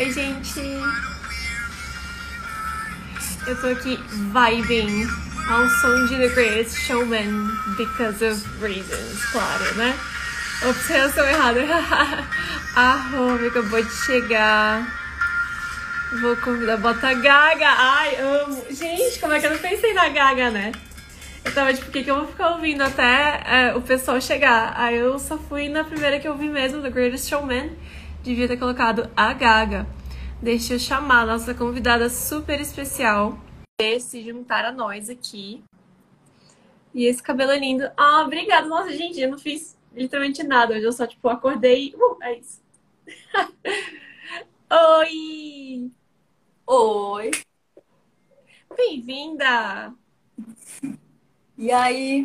Oi, gente! Eu tô aqui vibing ao som de The Greatest Showman because of reasons, claro, né? Ops, reação errada. A Rome acabou de chegar. Vou convidar, bota a Gaga. Ai, amo. Gente, como é que eu não pensei na Gaga, né? Eu tava tipo, por que eu vou ficar ouvindo até o pessoal chegar? Aí eu só fui na primeira que eu vi mesmo, The Greatest Showman. Devia ter colocado a Gaga. Deixa eu chamar a nossa convidada super especial e se juntar a nós aqui. E esse cabelo é lindo. Ah, obrigada. Nossa, gente, eu não fiz literalmente nada. Hoje eu só, tipo, acordei. É isso. Oi! Oi, Bem-vinda! e aí?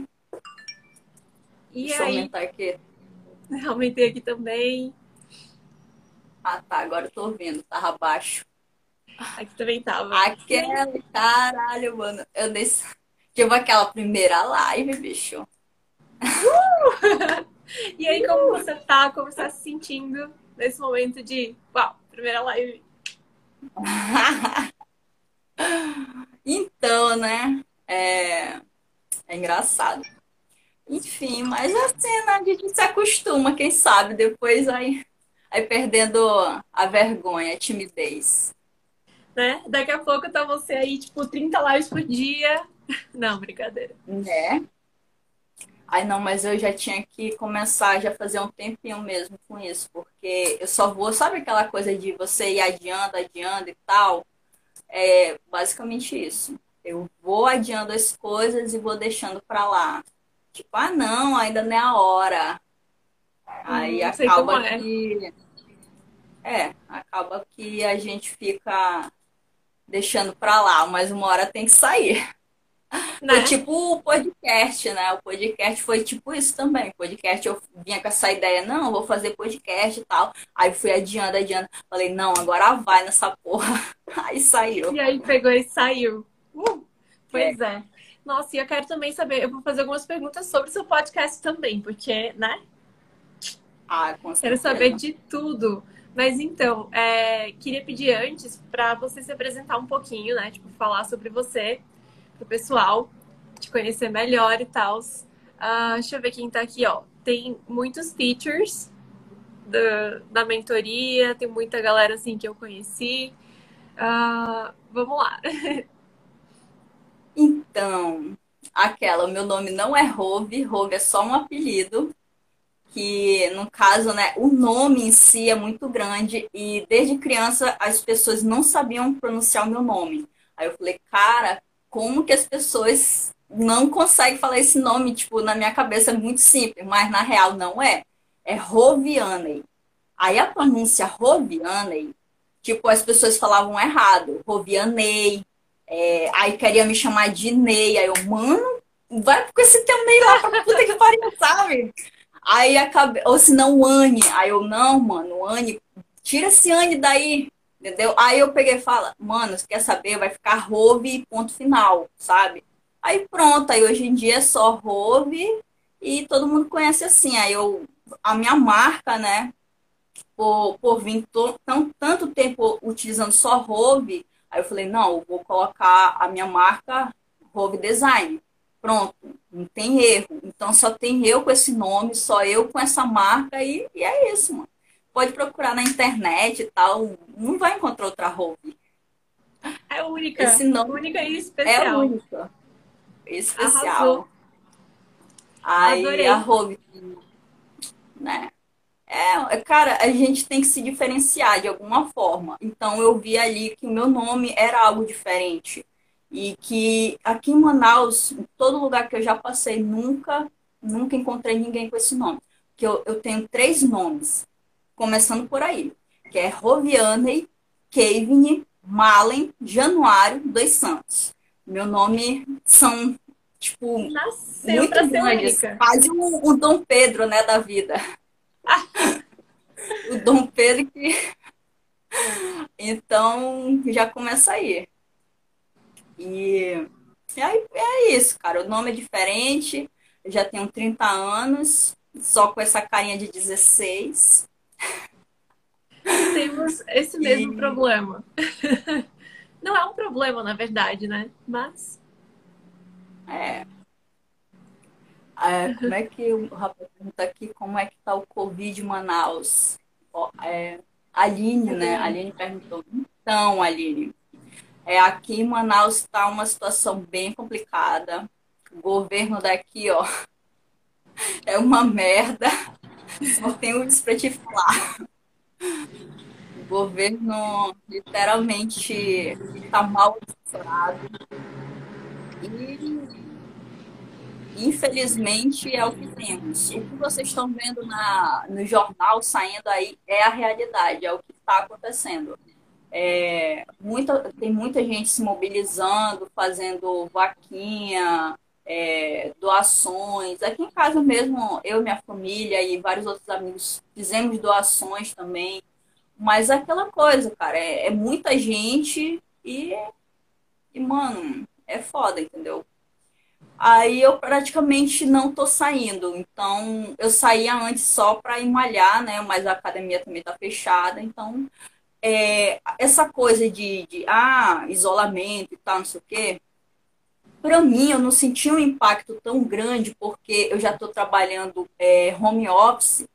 E Deixa eu aí? aumentar aqui. Aumentei aqui também. Ah, tá, agora eu tô ouvindo, tava baixo. Aqui também tava. Aquela, caralho, mano, eu desse... Tipo aquela primeira live, bicho. E aí, como você tá? Como você tá se sentindo nesse momento de, uau, primeira live? Então, né, é engraçado. Enfim, mas assim, né, a gente se acostuma, quem sabe, depois aí perdendo a vergonha, a timidez. Né? Daqui a pouco tá você aí, tipo, 30 lives por dia. Não, brincadeira. Né? Ai, não, mas eu já tinha que começar já fazer um tempinho mesmo com isso, porque eu só vou, sabe aquela coisa de você ir adiando, adiando e tal? É basicamente isso. Eu vou adiando as coisas e vou deixando pra lá. Tipo, ah, não, ainda não é a hora. Aí Sei como acaba que a gente fica deixando pra lá, mas uma hora tem que sair. Foi né? tipo o podcast, né? O podcast foi tipo isso também. O podcast eu vinha com essa ideia, não, eu vou fazer podcast e tal. Aí fui adiando, adiando. Falei, não, agora vai nessa porra. Aí saiu. E aí pegou e saiu. É. Pois é. Nossa, e eu quero também saber, eu vou fazer algumas perguntas sobre o seu podcast também, porque, né? Ah, com Quero saber certeza. de tudo. Mas então, queria pedir antes para você se apresentar um pouquinho, né? Tipo, falar sobre você, pro pessoal, te conhecer melhor e tal. Deixa eu ver quem tá aqui, ó. Tem muitos teachers da mentoria, tem muita galera assim que eu conheci. Vamos lá. Então, o meu nome não é Rove, Rove é só um apelido, que no caso, né, o nome em si é muito grande e desde criança as pessoas não sabiam pronunciar o meu nome. Aí eu falei, cara, como que as pessoas não conseguem falar esse nome? Tipo, na minha cabeça é muito simples, mas na real não é. É Rovianey. Aí a pronúncia Rovianey, tipo, as pessoas falavam errado, Rovianei, aí queria me chamar de Ney, aí eu, mano, vai com esse teu Ney lá pra puta que pariu, sabe? Aí acabei, ou se não, Anne. Aí eu, não, mano, Anne, tira esse Anne daí, entendeu? Aí eu peguei e falo, mano, você quer saber? Vai ficar Rove ponto final, sabe? Aí pronto, aí hoje em dia é só Rove e todo mundo conhece assim. Aí a minha marca, né, por vir tanto tempo utilizando só Rove, aí eu falei, não, eu vou colocar a minha marca Rove Design. Pronto, não tem erro. Então só tem eu com esse nome, só eu com essa marca e é isso, mano. Pode procurar na internet e tal, não vai encontrar outra Rove. É única, Esse nome única e é especial. único, Arrasou. especial. Aí a Adorei. Rove, né? Cara, a gente tem que se diferenciar de alguma forma. Então eu vi ali que o meu nome era algo diferente. E que aqui em Manaus, em todo lugar que eu já passei, nunca encontrei ninguém com esse nome. Que eu tenho três nomes, começando por aí, que é Roviane, Kevin, Malen, Januário dos Santos. Meu nome são, tipo, Nasceu muito pra ser grandes, única. quase um Dom Pedro, né, da vida. O Dom Pedro que então já começa aí. E, e aí é isso, cara. O nome é diferente. Eu já tenho 30 anos, só com essa carinha de 16. esse mesmo E problema. Não é um problema, na verdade, né? Mas. é, como é que o rapaz pergunta aqui como é que tá o Covid em Manaus? Ó, Aline, né? Cadê? Aline perguntou. Então, Aline, aqui em Manaus está uma situação bem complicada. O governo daqui, ó, é uma merda. Só tenho isso para te falar. O governo literalmente está mal assessorado e infelizmente é o que temos. O que vocês estão vendo no jornal saindo aí é a realidade, é o que está acontecendo. Tem muita gente se mobilizando, fazendo vaquinha, doações. Aqui em casa mesmo, eu, minha família e vários outros amigos fizemos doações também. Mas é aquela coisa, cara, é muita gente mano, é foda, entendeu? Aí eu praticamente não tô saindo. Então, eu saía antes só para ir malhar, né? Mas a academia também tá fechada. Então, essa coisa de isolamento e tal, não sei o quê, para mim eu não senti um impacto tão grande porque eu já estou trabalhando home office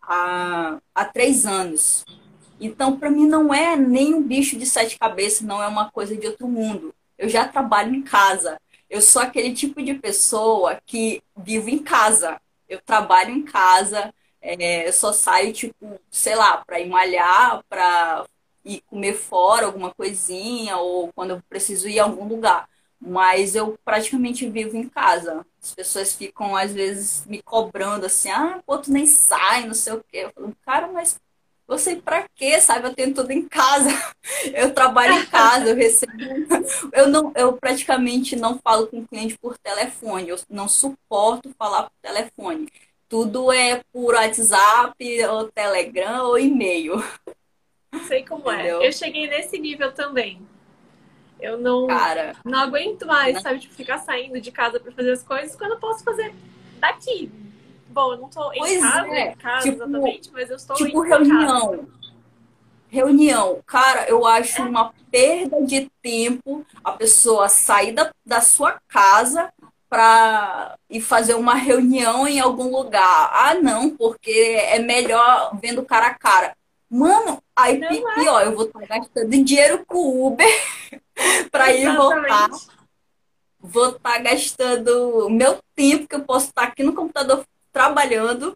há 3 anos. Então, para mim não é nem um bicho de sete cabeças, não é uma coisa de outro mundo. Eu já trabalho em casa. Eu sou aquele tipo de pessoa que vivo em casa. Eu trabalho em casa, eu só saio, tipo, sei lá, para ir malhar, para ir comer fora alguma coisinha, ou quando eu preciso ir a algum lugar. Mas eu praticamente vivo em casa. As pessoas ficam, às vezes, me cobrando assim, pô, tu nem sai, não sei o quê. Eu falo, cara, mas você pra quê, sabe? Eu tenho tudo em casa. Eu trabalho em casa, eu recebo. Eu praticamente não falo com o cliente por telefone. Eu não suporto falar por telefone. Tudo é por WhatsApp, ou Telegram, ou e-mail, Sei como é. Eu entendeu? cheguei nesse nível também. Eu não, Cara, não aguento mais, né? sabe? Tipo, ficar saindo de casa pra fazer as coisas quando eu posso fazer daqui. Bom, eu não tô Pois em é, casa tipo, exatamente, mas eu estou tipo indo pra casa. reunião. Reunião, cara, eu acho uma perda de tempo a pessoa sair da sua casa para ir fazer uma reunião em algum lugar. Ah, não, porque é melhor vendo cara a cara. Mano, aí Não é pior, eu vou estar gastando dinheiro com o Uber para ir e voltar. exatamente. Vou estar gastando meu tempo que eu posso estar aqui no computador trabalhando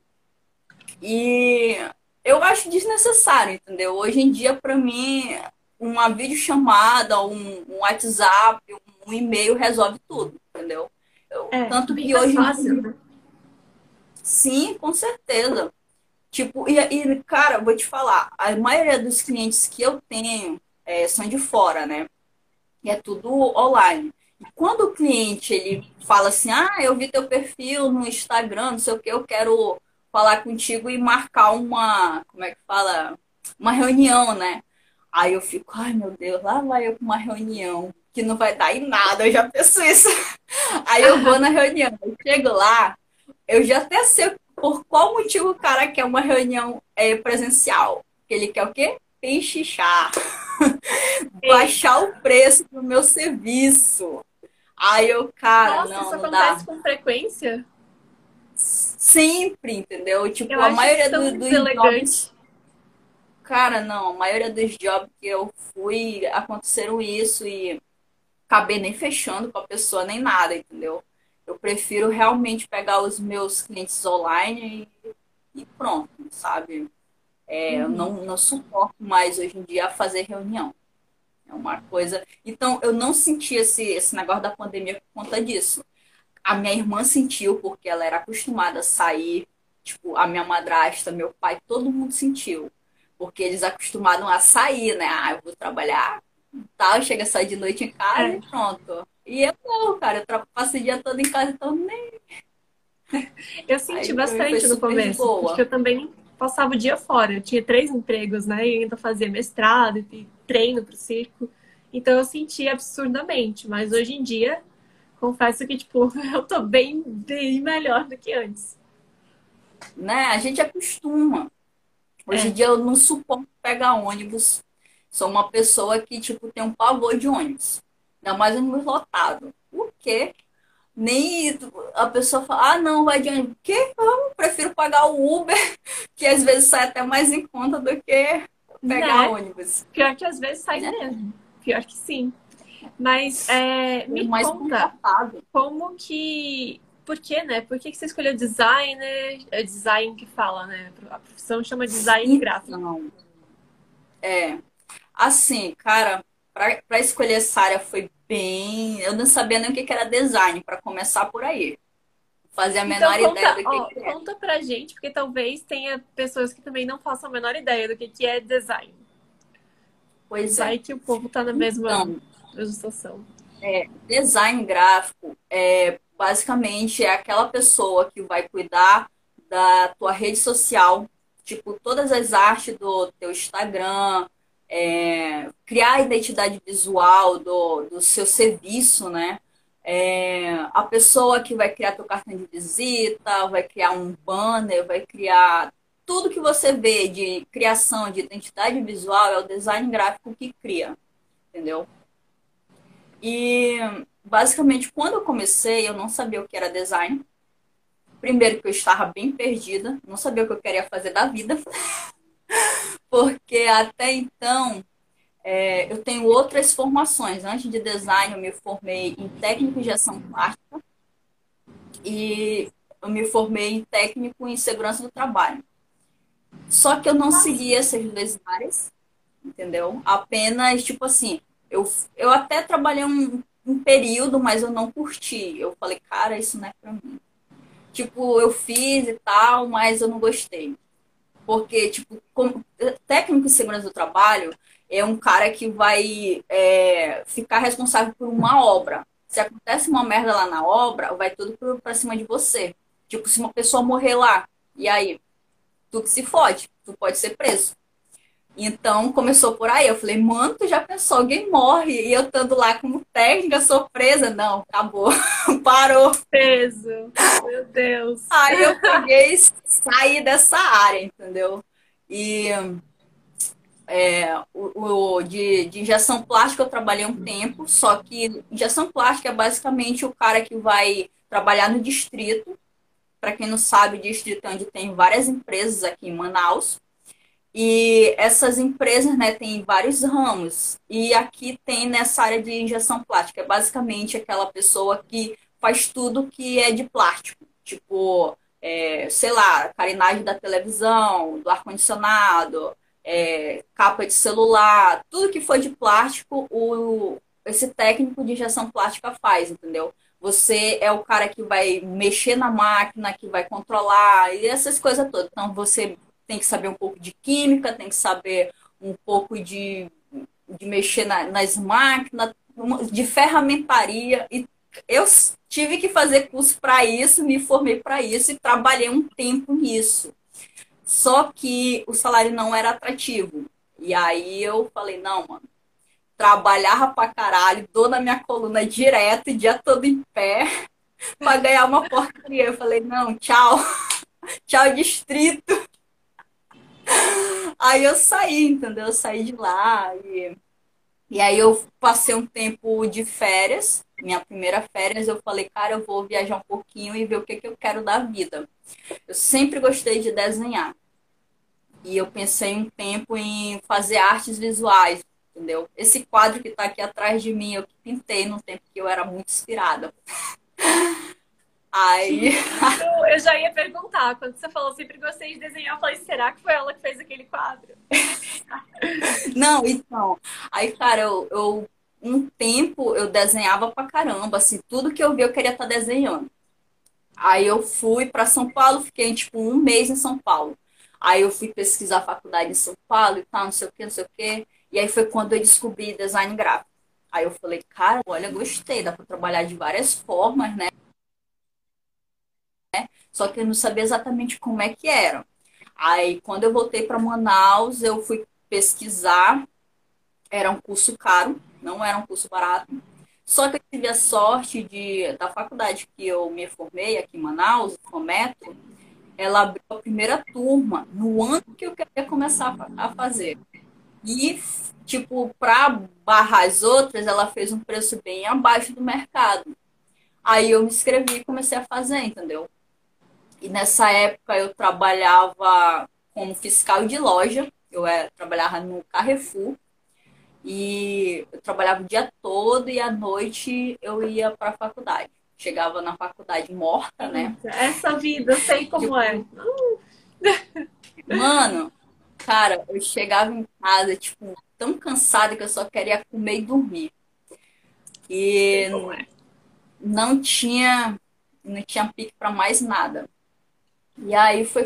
e eu acho desnecessário, entendeu? Hoje em dia, para mim, uma videochamada, um WhatsApp, um e-mail resolve tudo, entendeu? É, Tanto bem que mais hoje em fácil, dia, né? sim, com certeza. Tipo, cara, eu vou te falar, a maioria dos clientes que eu tenho são de fora, né? E é tudo online. E quando o cliente ele fala assim, eu vi teu perfil no Instagram, não sei o que, eu quero falar contigo e marcar como é que fala? Uma reunião, né? Aí eu fico, ai meu Deus, lá vai eu com uma reunião que não vai dar em nada, eu já penso isso. Aí eu vou na reunião, eu chego lá, eu já até sei por qual motivo o cara quer uma reunião presencial. Que ele quer o quê? Pechinchar, baixar Eita. o preço do meu serviço. Aí eu, cara, Nossa, não, isso não dá. acontece com frequência? Sempre, entendeu? Eu Tipo, a acho maioria tão dos jobs, deselegante. cara, não, a maioria dos jobs que eu fui aconteceram isso e acabei nem fechando com a pessoa nem nada, entendeu? Eu prefiro realmente pegar os meus clientes online e pronto, sabe? Eu Uhum. não suporto mais hoje em dia fazer reunião. É uma coisa. Então, eu não senti esse negócio da pandemia por conta disso. A minha irmã sentiu, porque ela era acostumada a sair. Tipo, a minha madrasta, meu pai, todo mundo sentiu. Porque eles acostumaram a sair, né? Eu vou trabalhar, tal, chega só de noite em casa É, e pronto. E eu não, cara, passo o dia todo em casa, então nem. eu senti Aí pra mim foi bastante no super de começo, porque boa. eu também passava o dia fora. Eu tinha 3 empregos, né? E ainda fazia mestrado e treino pro circo. Então eu senti absurdamente. Mas hoje em dia, confesso que, tipo, eu tô bem melhor do que antes. Né? A gente acostuma. Hoje em É, dia eu não suporto pegar ônibus. Sou uma pessoa que, tipo, tem um pavor de ônibus. Ainda mais ônibus lotado. Por quê? Nem a pessoa fala, ah, não, vai de ônibus. O quê? Eu prefiro pagar o Uber, que às vezes sai até mais em conta do que pegar né? ônibus. Pior que às vezes sai Né? mesmo. Pior que sim. Mas É me mais conta confortável. como que. Por quê, né? Por que que você escolheu designer? É design que fala, né? A profissão chama design gráfico. Então, é. Assim, cara, para escolher essa área foi bem. Eu não sabia nem o que que era design, para começar por aí. Fazia a Então menor ideia conta, do ó, que era. conta pra gente, porque talvez tenha pessoas que também não façam a menor ideia do que é design. Pois é. Vai que o povo tá na Então, mesma situação. design gráfico basicamente é aquela pessoa que vai cuidar da tua rede social, tipo, todas as artes do teu Instagram, criar a identidade visual do seu serviço, né? A pessoa que vai criar teu cartão de visita, vai criar um banner, vai criar tudo que você vê de criação de identidade visual é o design gráfico que cria, entendeu? E basicamente quando eu comecei, eu não sabia o que era design. Primeiro que eu estava bem perdida, não sabia o que eu queria fazer da vida, porque até então eu tenho outras formações. Antes de design, eu me formei em técnico de ação plástica e eu me formei em técnico em segurança do trabalho. Só que eu não segui essas duas áreas, entendeu? Apenas, tipo assim, eu, eu até trabalhei um período, mas eu não curti. Eu falei, cara, isso não é pra mim. Tipo, eu fiz e tal, mas eu não gostei. Porque, tipo, como, técnico de segurança do trabalho é um cara que vai ficar responsável por uma obra. Se acontece uma merda lá na obra, vai tudo pra cima de você. Tipo, se uma pessoa morrer lá, e aí? Tu que se fode, tu pode ser preso. Então começou por aí. Eu falei, mano, tu já pensou, alguém morre e eu estando lá como técnica, sou presa? Não, acabou, parou. Peso. Meu Deus. Aí eu peguei e saí dessa área, entendeu? E de injeção plástica eu trabalhei um tempo, só que injeção plástica é basicamente o cara que vai trabalhar no distrito. Para quem não sabe, o distrito é onde tem várias empresas aqui em Manaus. E essas empresas, né, têm vários ramos. E aqui tem nessa área de injeção plástica. É basicamente aquela pessoa que faz tudo que é de plástico. Tipo, sei lá, carenagem da televisão, do ar-condicionado, capa de celular, tudo que for de plástico, esse técnico de injeção plástica faz, entendeu? Você é o cara que vai mexer na máquina, que vai controlar, e essas coisas todas. Então, você tem que saber um pouco de química, tem que saber um pouco de mexer nas máquinas, de ferramentaria. E eu tive que fazer curso para isso, me formei para isso e trabalhei um tempo nisso. Só que o salário não era atrativo. E aí eu falei, não, mano, trabalhava pra caralho, dor na minha coluna direto, o dia todo em pé, pra ganhar uma porcaria. Eu falei, não, tchau, tchau, distrito. Aí eu saí, entendeu? Eu saí de lá. E aí eu passei um tempo de férias. Minha primeira férias, eu falei, cara, eu vou viajar um pouquinho e ver o que, que eu quero da vida. Eu sempre gostei de desenhar. E eu pensei um tempo em fazer artes visuais, entendeu? Esse quadro que está aqui atrás de mim, eu que pintei no tempo que eu era muito inspirada. Que Aí, lindo! Eu já ia perguntar. Quando você falou sempre gostei de desenhar, eu falei, será que foi ela que fez aquele quadro? não, então, aí, cara, um tempo eu desenhava pra caramba, assim, tudo que eu via eu queria estar desenhando. Aí eu fui para São Paulo, fiquei tipo um mês em São Paulo. Aí eu fui pesquisar a faculdade em São Paulo e tal, não sei o que, não sei o que. E aí foi quando eu descobri design gráfico. Aí eu falei, cara, olha, gostei, dá para trabalhar de várias formas, né? Só que eu não sabia exatamente como é que era. Aí quando eu voltei para Manaus, eu fui pesquisar, era um curso caro, não era um curso barato. Só que eu tive a sorte da faculdade que eu me formei aqui em Manaus, Fometro, ela abriu a primeira turma no ano que eu queria começar a fazer. E, tipo, para barrar as outras, ela fez um preço bem abaixo do mercado. Aí eu me inscrevi e comecei a fazer, entendeu? E nessa época eu trabalhava como fiscal de loja, trabalhava no Carrefour, e eu trabalhava o dia todo e à noite eu ia para a faculdade. Chegava na faculdade morta, né? Essa vida, sei como é. Tipo, mano, cara, eu chegava em casa, tipo, tão cansada que eu só queria comer e dormir. Sei como E é. não tinha, não tinha pique para mais nada. E aí foi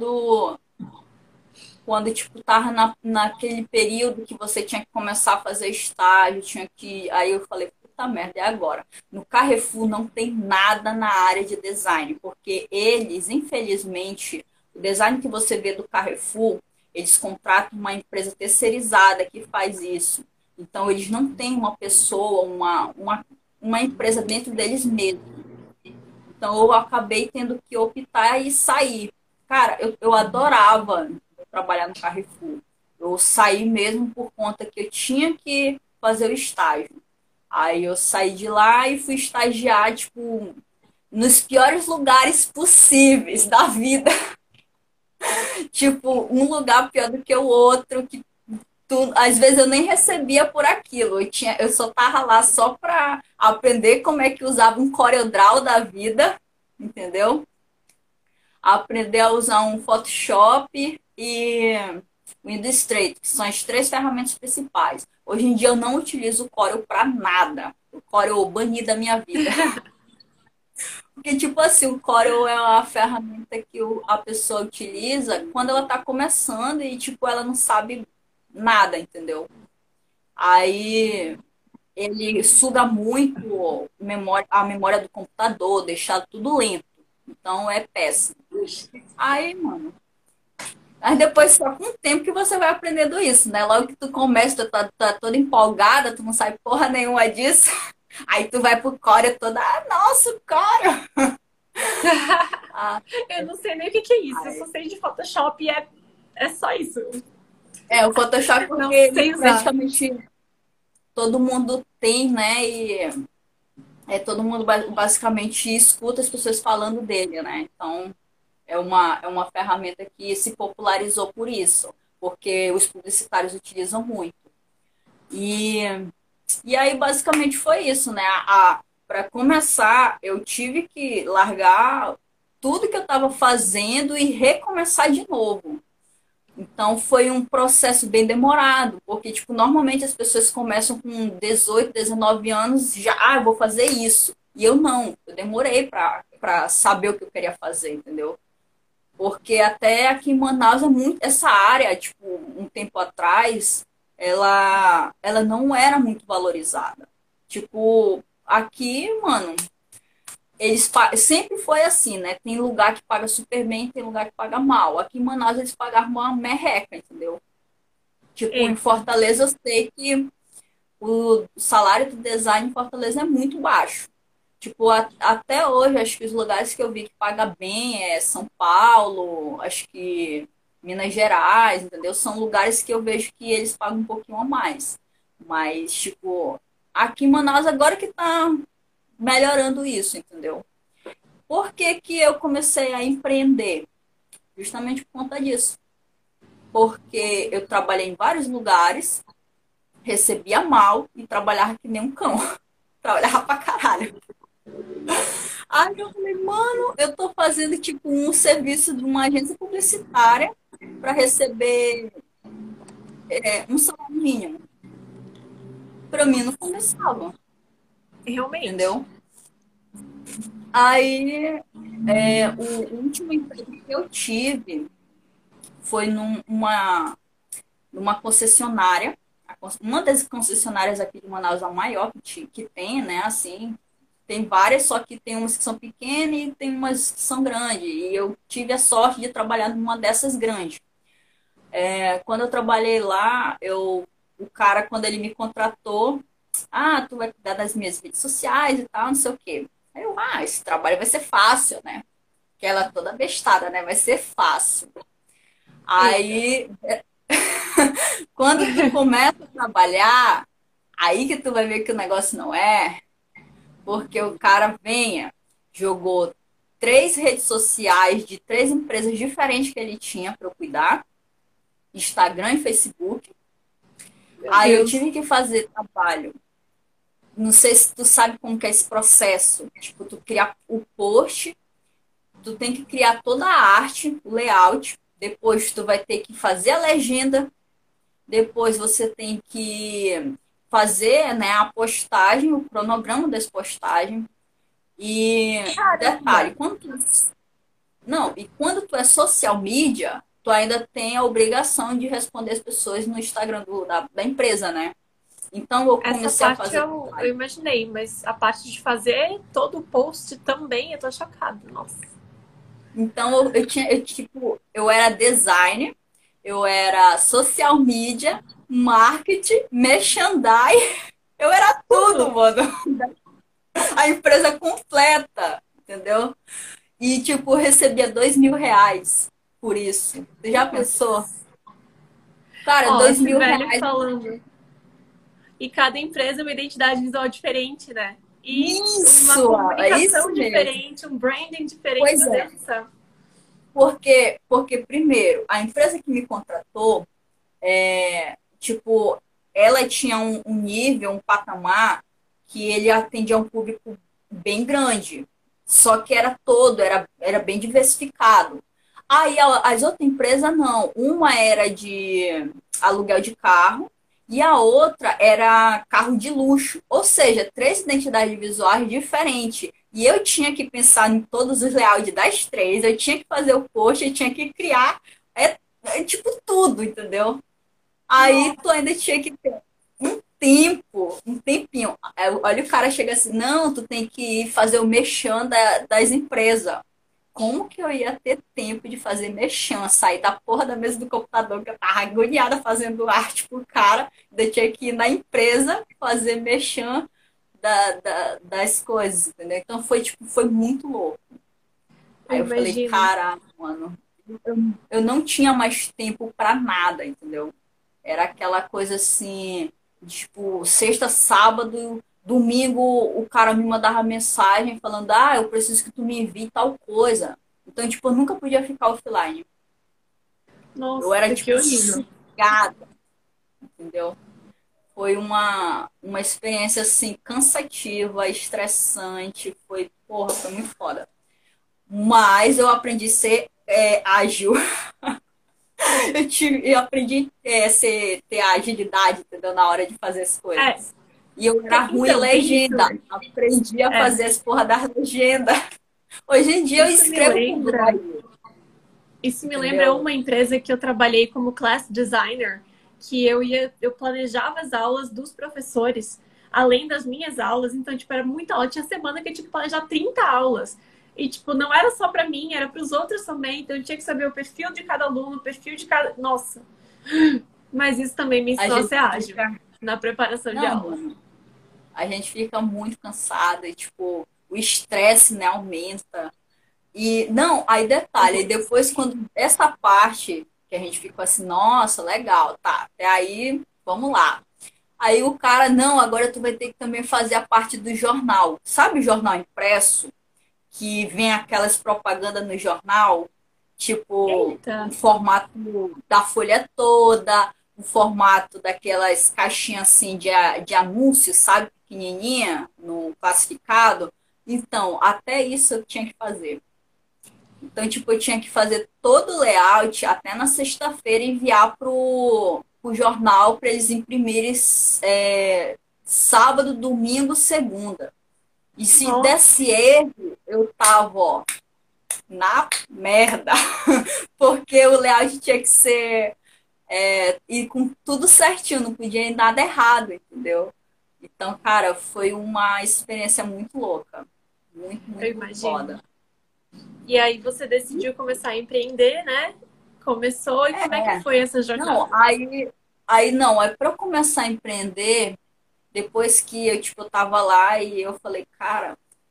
quando tipo, tava naquele período que você tinha que começar a fazer estágio, tinha que. Aí eu falei, puta merda, é agora. No Carrefour não tem nada na área de design, porque eles, infelizmente, o design que você vê do Carrefour, eles contratam uma empresa terceirizada que faz isso. Então, eles não têm uma pessoa, uma empresa dentro deles mesmos. Então, eu acabei tendo que optar e sair. Cara, eu adorava trabalhar no Carrefour. Eu saí mesmo por conta que eu tinha que fazer o estágio. Aí eu saí de lá e fui estagiar, tipo, nos piores lugares possíveis da vida. Tipo, um lugar pior do que o outro, que às vezes eu nem recebia por aquilo. Eu só tava lá só pra aprender como é que usava um CorelDRAW da vida, entendeu? Aprender a usar um Photoshop e o Illustrator, que são as três ferramentas principais. Hoje em dia eu não utilizo o Corel para nada. O Corel eu bani da minha vida. Porque, tipo assim, o Corel é uma ferramenta que a pessoa utiliza quando ela está começando e, tipo, ela não sabe nada, entendeu? Aí ele suga muito a memória do computador, deixa tudo lento. Então é péssimo. Aí, mano, mas depois, só com o tempo que você vai aprendendo isso, né? Logo que tu começa, tu tá toda empolgada, tu não sabe porra nenhuma disso. Aí tu vai pro Core toda, nossa, o Core! Ah, Eu não sei nem o que é isso. Eu só ai. sei de Photoshop e é só isso. É, o Photoshop Não porque sei usar. praticamente todo mundo tem, né? E todo mundo basicamente escuta as pessoas falando dele, né? Então é uma ferramenta que se popularizou por isso, porque os publicitários utilizam muito. E E aí, basicamente, foi isso, né? Para começar, eu tive que largar tudo que eu estava fazendo e recomeçar de novo. Então, foi um processo bem demorado, porque, tipo, normalmente as pessoas começam com 18, 19 anos, já, eu vou fazer isso. E eu não, eu demorei para saber o que eu queria fazer, entendeu? Porque até aqui em Manaus é muito essa área, tipo, um tempo atrás, ela não era muito valorizada. Tipo, aqui, mano, sempre foi assim, né? Tem lugar que paga super bem, tem lugar que paga mal. Aqui em Manaus eles pagavam uma merreca, entendeu? Tipo, em Eita. Fortaleza eu sei que o salário do design em Fortaleza é muito baixo. Tipo, até hoje, acho que os lugares que eu vi que paga bem é São Paulo, acho que Minas Gerais, entendeu? São lugares que eu vejo que eles pagam um pouquinho a mais. Mas, tipo, aqui em Manaus agora que tá melhorando isso, entendeu? Por que que eu comecei a empreender? Justamente por conta disso. Porque eu trabalhei em vários lugares, recebia mal e trabalhava que nem um cão. Trabalhava pra caralho. Aí eu falei, mano, eu tô fazendo tipo um serviço de uma agência publicitária para receber um salário mínimo. Para mim não começava, Realmente. entendeu? Aí o último emprego que eu tive foi numa concessionária, uma das concessionárias aqui de Manaus, a maior que tem, né? Assim, tem várias, só que tem umas que são pequenas e tem umas que são grandes. E eu tive a sorte de trabalhar numa dessas grandes. Quando eu trabalhei lá, o cara, quando ele me contratou, tu vai cuidar das minhas redes sociais e tal, não sei o quê. Aí esse trabalho vai ser fácil, né? que ela é toda bestada, né? Vai ser fácil. Eita. Aí, quando tu começa a trabalhar, aí que tu vai ver que o negócio não é, porque o cara venha, jogou 3 redes sociais de 3 empresas diferentes que ele tinha para eu cuidar, Instagram e Facebook. Meu Aí eu Deus. tive que fazer trabalho. Não sei se tu sabe como que é esse processo. Tipo, tu criar o post, tu tem que criar toda a arte, o layout. Depois tu vai ter que fazer a legenda. Depois você tem que fazer, né, a postagem, o cronograma das postagens. E Caramba. detalhe, não, e quando tu é social media, tu ainda tem a obrigação de responder as pessoas no Instagram da empresa, né? Então eu Essa comecei a parte fazer eu imaginei, mas a parte de fazer todo o post também, eu tô chocada. Nossa. Então tipo, eu era designer, eu era social media, marketing, merchandising, eu era tudo, Tudo. mano. A empresa completa, entendeu? E tipo, eu recebia R$ 2.000 por isso. Você já pensou? Nossa. Cara, Ó, dois esse mil velho reais. falando. E cada empresa é uma identidade visual diferente, né? E uma Isso, é comunicação isso mesmo. diferente, um branding diferente, Pois meu Deus é. do céu. Porque primeiro, a empresa que me contratou, tipo, ela tinha um nível, um patamar que ele atendia um público bem grande. Só que era bem diversificado. Aí as outras empresas não. Uma era de aluguel de carro e a outra era carro de luxo. Ou seja, 3 identidades visuais diferentes. E eu tinha que pensar em todos os layouts das 3, eu tinha que fazer o post, eu tinha que criar, tipo tudo, entendeu? Aí tu Nossa. ainda tinha que ter um tempinho. Olha, o cara chega assim, não, tu tem que ir fazer o merchan das empresas. Como que eu ia ter tempo de fazer merchan? Sair da porra da mesa do computador, que eu tava agoniada fazendo arte pro cara, ainda tinha que ir na empresa fazer merchan das coisas, entendeu? Então foi, tipo, foi muito louco. Eu Aí eu falei, imagino. cara, mano, eu não tinha mais tempo pra nada, entendeu? Era aquela coisa assim, tipo, sexta, sábado, domingo, o cara me mandava mensagem falando, ah, eu preciso que tu me envie tal coisa. Então, tipo, eu nunca podia ficar offline. Eu era, Nossa, que tipo, horrível. sugada, entendeu? Foi uma experiência, assim, cansativa, estressante. Foi, porra, foi muito foda. Mas eu aprendi a ser ágil. Eu aprendi ter agilidade, entendeu? Na hora de fazer as É, coisas. E eu era ruim em então, tem isso. legenda. Aprendi a É, fazer as porra das legendas. Hoje em dia eu isso me escrevo com lembra. blog, Isso me lembra entendeu? uma empresa que eu trabalhei como class designer, que eu planejava as aulas dos professores, além das minhas aulas, então, tipo, era muita aula. Tinha semana que eu tinha que planejar 30 aulas. E, tipo, não era só para mim, era para os outros também. Então, eu tinha que saber o perfil de cada aluno, o perfil de cada. Nossa! Mas isso também me A ensinou a gente ser ágil fica. na preparação de Não, aulas. mano. A gente fica muito cansada e, tipo, o estresse, né, aumenta. E, não, aí detalhe, aí depois quando essa parte que a gente ficou assim, nossa, legal, tá, até aí, vamos lá. Aí o cara, não, agora tu vai ter que também fazer a parte do jornal. Sabe o jornal impresso? Que vem aquelas propagandas no jornal, tipo, Eita! o formato da folha toda, o formato daquelas caixinhas assim de anúncio, sabe? Pequenininha, no classificado. Então, até isso eu tinha que fazer. Então, tipo, eu tinha que fazer todo o layout até na sexta-feira e enviar pro jornal para eles imprimirem sábado, domingo, segunda. E se Nossa! desse erro, eu tava, ó, na merda. Porque o layout tinha que ser e com tudo certinho, não podia ir nada errado, entendeu? Então, cara, foi uma experiência muito louca. Muito, Eu muito imagino. foda. E aí você decidiu começar a empreender, né? Começou e como é que É, foi essa não, jornada? aí não, é para eu começar a empreender, depois que eu, tipo, eu tava lá e eu falei, cara,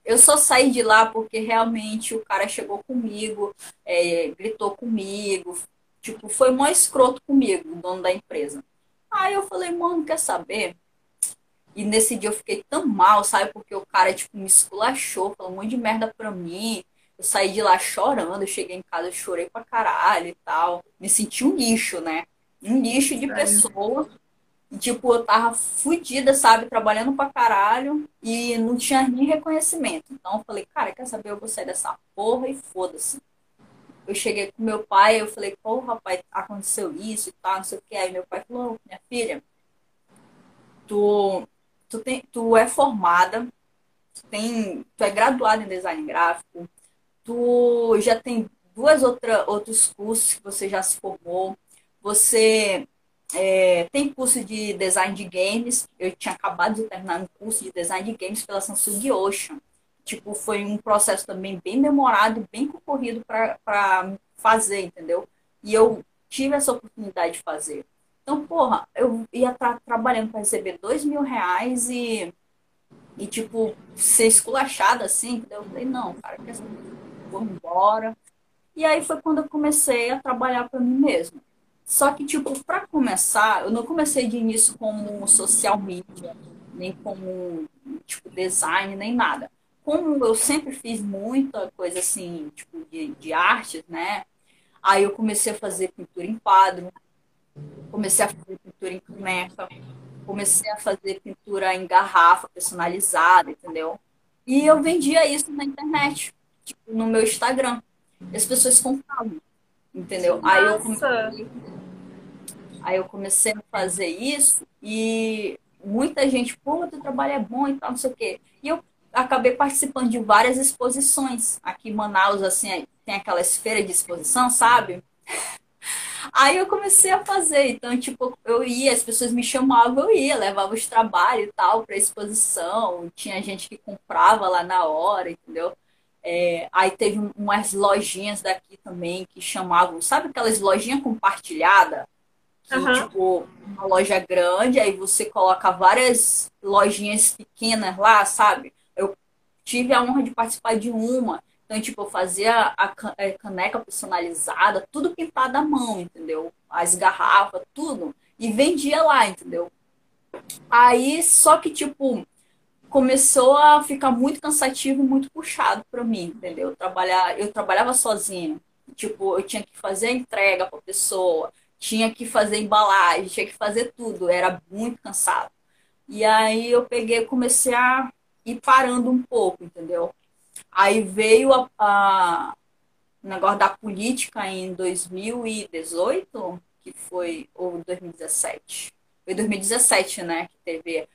eu só saí de lá porque realmente o cara chegou comigo, gritou comigo, tipo, foi mó escroto comigo, o dono da empresa. Aí eu falei, mano, quer saber? E nesse dia eu fiquei tão mal, sabe? Porque o cara, tipo, me esculachou, falou um monte de merda pra mim. Eu saí de lá chorando, eu cheguei em casa, eu chorei pra caralho e tal. Me senti um lixo, né? Um lixo de Sério. pessoa. E, tipo, eu tava fodida, sabe? Trabalhando pra caralho e não tinha nem reconhecimento. Então eu falei, cara, quer saber? Eu vou sair dessa porra e foda-se. Eu cheguei com meu pai, eu falei, pô, rapaz, aconteceu isso e tal, não sei o que. Aí meu pai falou, minha filha, tu, tu é formada, tu é graduada em design gráfico, tu já tem outros cursos que você já se formou, você tem curso de design de games, eu tinha acabado de terminar um curso de design de games pela Samsung Ocean. Tipo, foi um processo também bem demorado, bem concorrido para fazer, entendeu? E eu tive essa oportunidade de fazer. Então, porra, eu ia estar trabalhando para receber R$ 2.000 e, tipo, ser esculachada assim, entendeu? Eu falei, não, cara, quer saber? Vou embora. E aí foi quando eu comecei a trabalhar para mim mesma. Só que, tipo, para começar, eu não comecei de início como social media, nem como, tipo, design, nem nada. Como eu sempre fiz muita coisa assim, tipo, de artes, né? Aí eu comecei a fazer pintura em quadro, comecei a fazer pintura em caneca, comecei a fazer pintura em garrafa personalizada, entendeu? E eu vendia isso na internet, tipo, no meu Instagram. E as pessoas compravam, Que entendeu? massa! Aí eu comecei a fazer isso e muita gente, pô, teu trabalho é bom e tal, não sei o quê. E eu acabei participando de várias exposições. Aqui em Manaus, assim, tem aquelas feiras de exposição, sabe? Aí eu comecei a fazer. Então, tipo, eu ia, as pessoas me chamavam, eu ia, levava os trabalhos e tal para exposição. Tinha gente que comprava lá na hora, entendeu? Aí teve umas lojinhas daqui também que chamavam, sabe aquelas lojinhas compartilhadas? Que, Aham. tipo, uma loja grande, aí você coloca várias lojinhas pequenas lá, sabe? Eu tive a honra de participar de uma. Então, tipo, eu fazia a caneca personalizada, tudo pintado à mão, entendeu? As garrafas, tudo. E vendia lá, entendeu? Aí, só que, tipo, começou a ficar muito cansativo e muito puxado para mim, entendeu? Eu trabalhava sozinha. Tipo, eu tinha que fazer a entrega para a pessoa, tinha que fazer embalagem, tinha que fazer tudo. Era muito cansado. E aí eu peguei e comecei a ir parando um pouco, entendeu? Aí veio o negócio da política em 2018, que foi, ou 2017. Foi 2017, né? Que teve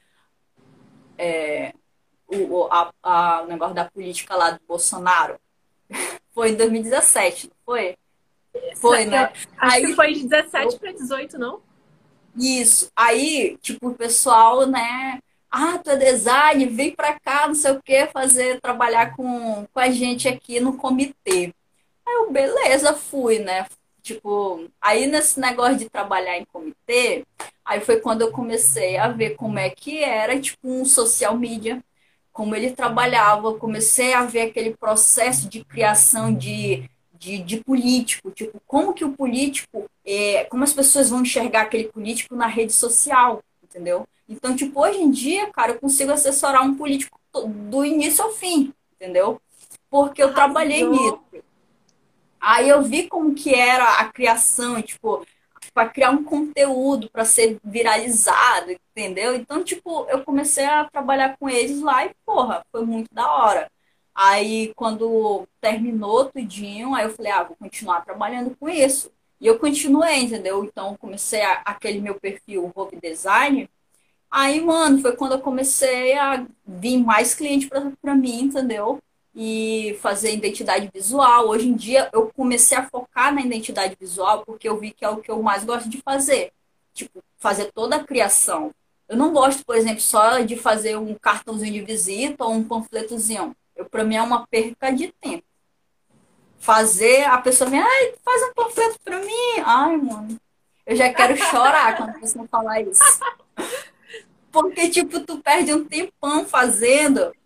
o negócio da política lá do Bolsonaro. Foi em 2017, não foi? Foi, né? Acho que Aí, foi de 17 eu, para 18, não? isso. Aí, tipo, o pessoal, né? Ah, tu é design, vem pra cá, não sei o que, trabalhar com a gente aqui no comitê. Aí eu, beleza, fui, né? Tipo, aí nesse negócio de trabalhar em comitê, aí foi quando eu comecei a ver como é que era, tipo, um social media, como ele trabalhava, eu comecei a ver aquele processo de criação de político, tipo, como que o político, como as pessoas vão enxergar aquele político na rede social, entendeu? Então, tipo, hoje em dia, cara, eu consigo assessorar um político do início ao fim, entendeu? Porque eu trabalhei nisso. Arrasou. Aí eu vi como que era a criação, tipo, para criar um conteúdo para ser viralizado, entendeu? Então, tipo, eu comecei a trabalhar com eles lá e, porra, foi muito da hora. Aí, quando terminou tudinho, aí eu falei, ah, vou continuar trabalhando com isso. E eu continuei, entendeu? Então, comecei aquele meu perfil Hobby Design. Aí, mano, foi quando eu comecei a vir mais cliente para mim, entendeu? E fazer identidade visual. Hoje em dia, eu comecei a focar na identidade visual porque eu vi que é o que eu mais gosto de fazer. Tipo, fazer toda a criação. Eu não gosto, por exemplo, só de fazer um cartãozinho de visita ou um panfletozinho. Para mim é uma perca de tempo. Fazer, a pessoa vem, ai, faz um panfleto para mim. Ai, mano, eu já quero chorar quando a pessoa falar isso. Porque, tipo, tu perde um tempão fazendo.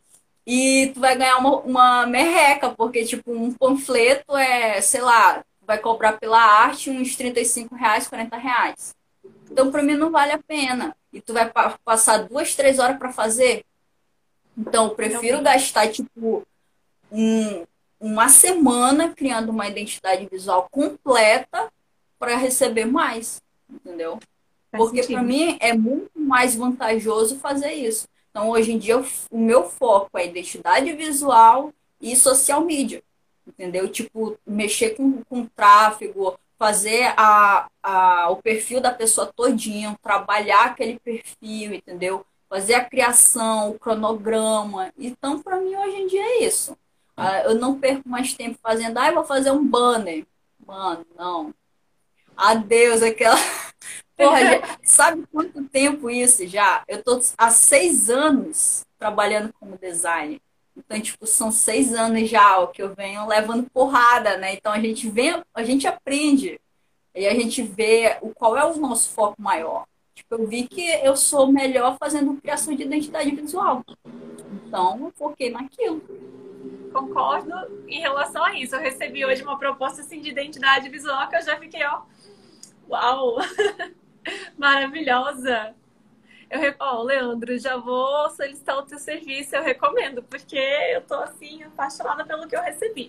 e tu vai ganhar uma merreca, porque, tipo, um panfleto sei lá, vai cobrar pela arte uns R$ 35, R$ 40. Então, para mim, não vale a pena. E tu vai passar 2, 3 horas para fazer. Então, eu prefiro Realmente. gastar, tipo, um, uma semana criando uma identidade visual completa para receber mais, entendeu? Faz Porque para sentido. mim é muito mais vantajoso fazer isso. Então, hoje em dia, o meu foco é identidade visual e social media, entendeu? Tipo, mexer com tráfego, fazer o perfil da pessoa todinho, trabalhar aquele perfil, entendeu? Fazer a criação, o cronograma. Então, para mim, hoje em dia é isso. Eu não perco mais tempo fazendo, eu vou fazer um banner. Mano, não. Adeus, aquela. Porra, sabe quanto tempo isso já? Eu tô há 6 anos trabalhando como designer. Então, tipo, são 6 anos já ó, que eu venho levando porrada, né? Então a gente aprende e a gente vê qual é o nosso foco maior. Tipo, eu vi que eu sou melhor fazendo criação de identidade visual. Então, eu foquei naquilo. Concordo em relação a isso. Eu recebi hoje uma proposta assim de identidade visual que eu já fiquei, ó, uau, maravilhosa. Leandro, já vou solicitar o teu serviço, eu recomendo, porque eu tô assim, apaixonada pelo que eu recebi.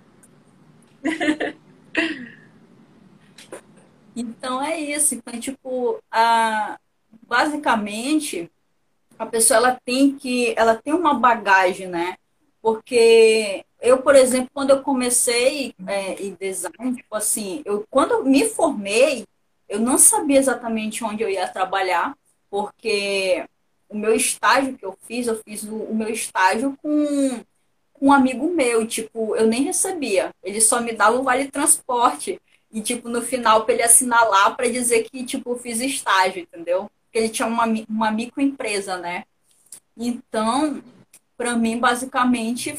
Então é isso. Então, tipo, basicamente a pessoa ela tem uma bagagem, né? Porque eu, por exemplo, quando eu comecei em design, tipo assim, quando eu me formei, eu não sabia exatamente onde eu ia trabalhar, porque o meu estágio que eu fiz o meu estágio com um amigo meu, tipo, eu nem recebia, ele só me dava o vale transporte. E, tipo, no final, para ele assinar lá para dizer que, tipo, eu fiz estágio, entendeu? Porque ele tinha uma microempresa, né? Então, para mim, basicamente,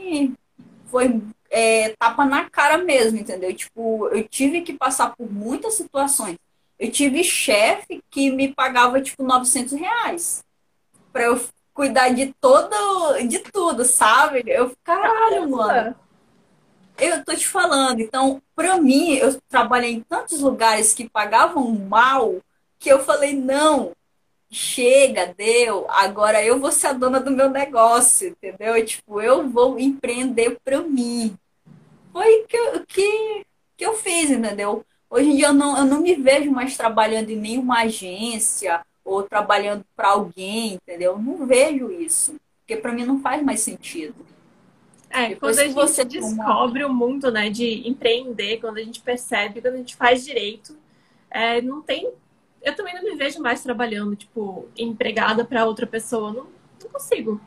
foi tapa na cara mesmo, entendeu? Tipo, eu tive que passar por muitas situações. Eu tive chefe que me pagava, tipo, R$ 900 para eu cuidar de tudo, sabe? Eu, caralho, mano. Caramba! Eu tô te falando. Então, pra mim, eu trabalhei em tantos lugares que pagavam mal que eu falei, não, chega, deu, agora eu vou ser a dona do meu negócio, entendeu? Tipo, eu vou empreender para mim. Foi que eu fiz, entendeu? Hoje em dia eu não me vejo mais trabalhando em nenhuma agência ou trabalhando para alguém, entendeu? Eu não vejo isso, porque para mim não faz mais sentido. É, quando Depois a que gente você toma. descobre o mundo, né, de empreender, quando a gente percebe, quando a gente faz direito, não tem. Eu também não me vejo mais trabalhando, tipo, empregada para outra pessoa. Não, não consigo.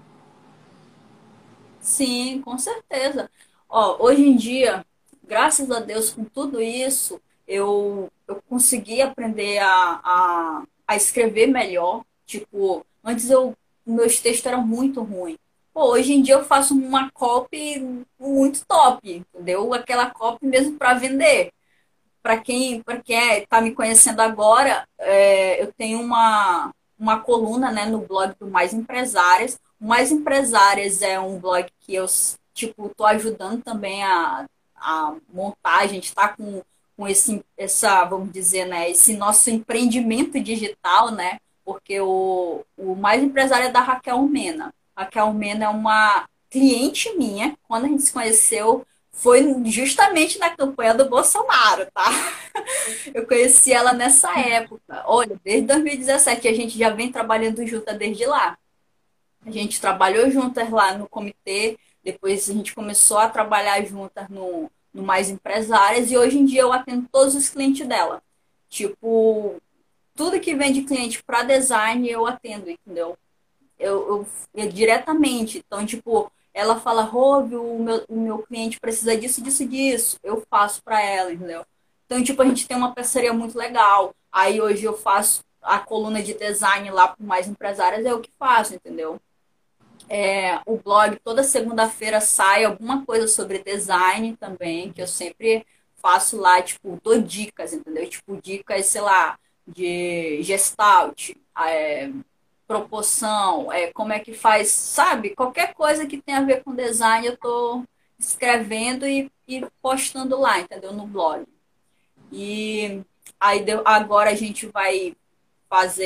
Sim, com certeza. Ó, hoje em dia, graças a Deus, com tudo isso, eu consegui aprender a escrever melhor. Tipo, antes meus textos eram muito ruins. Pô, hoje em dia eu faço uma copy muito top, entendeu? Aquela copy mesmo para vender. Para quem tá me conhecendo agora, eu tenho uma coluna, né, no blog do Mais Empresárias. O Mais Empresárias é um blog que eu, tipo, tô ajudando também a montar. A gente está com vamos dizer, né, esse nosso empreendimento digital, né? Porque o Mais Empresário é da Raquel Mena. Raquel Mena é uma cliente minha. Quando a gente se conheceu, foi justamente na campanha do Bolsonaro, tá? Eu conheci ela nessa época. Olha, desde 2017 a gente já vem trabalhando juntas desde lá. A gente trabalhou juntas lá no comitê, depois a gente começou a trabalhar juntas no Mais Empresárias e hoje em dia eu atendo todos os clientes dela. Tipo, tudo que vem de cliente para design eu atendo, entendeu? Diretamente. Então, tipo, ela fala, Rob, o meu cliente precisa disso, disso, disso. Eu faço para ela, entendeu? Então, tipo, a gente tem uma parceria muito legal. Aí hoje eu faço a coluna de design lá para mais empresárias, é o que faço, entendeu? O blog toda segunda-feira sai alguma coisa sobre design também, que eu sempre faço lá, tipo, dou dicas, entendeu? Tipo, dicas, sei lá, de gestalt, proporção, como é que faz, sabe? Qualquer coisa que tenha a ver com design, eu tô escrevendo e postando lá, entendeu? No blog. E aí agora a gente vai fazer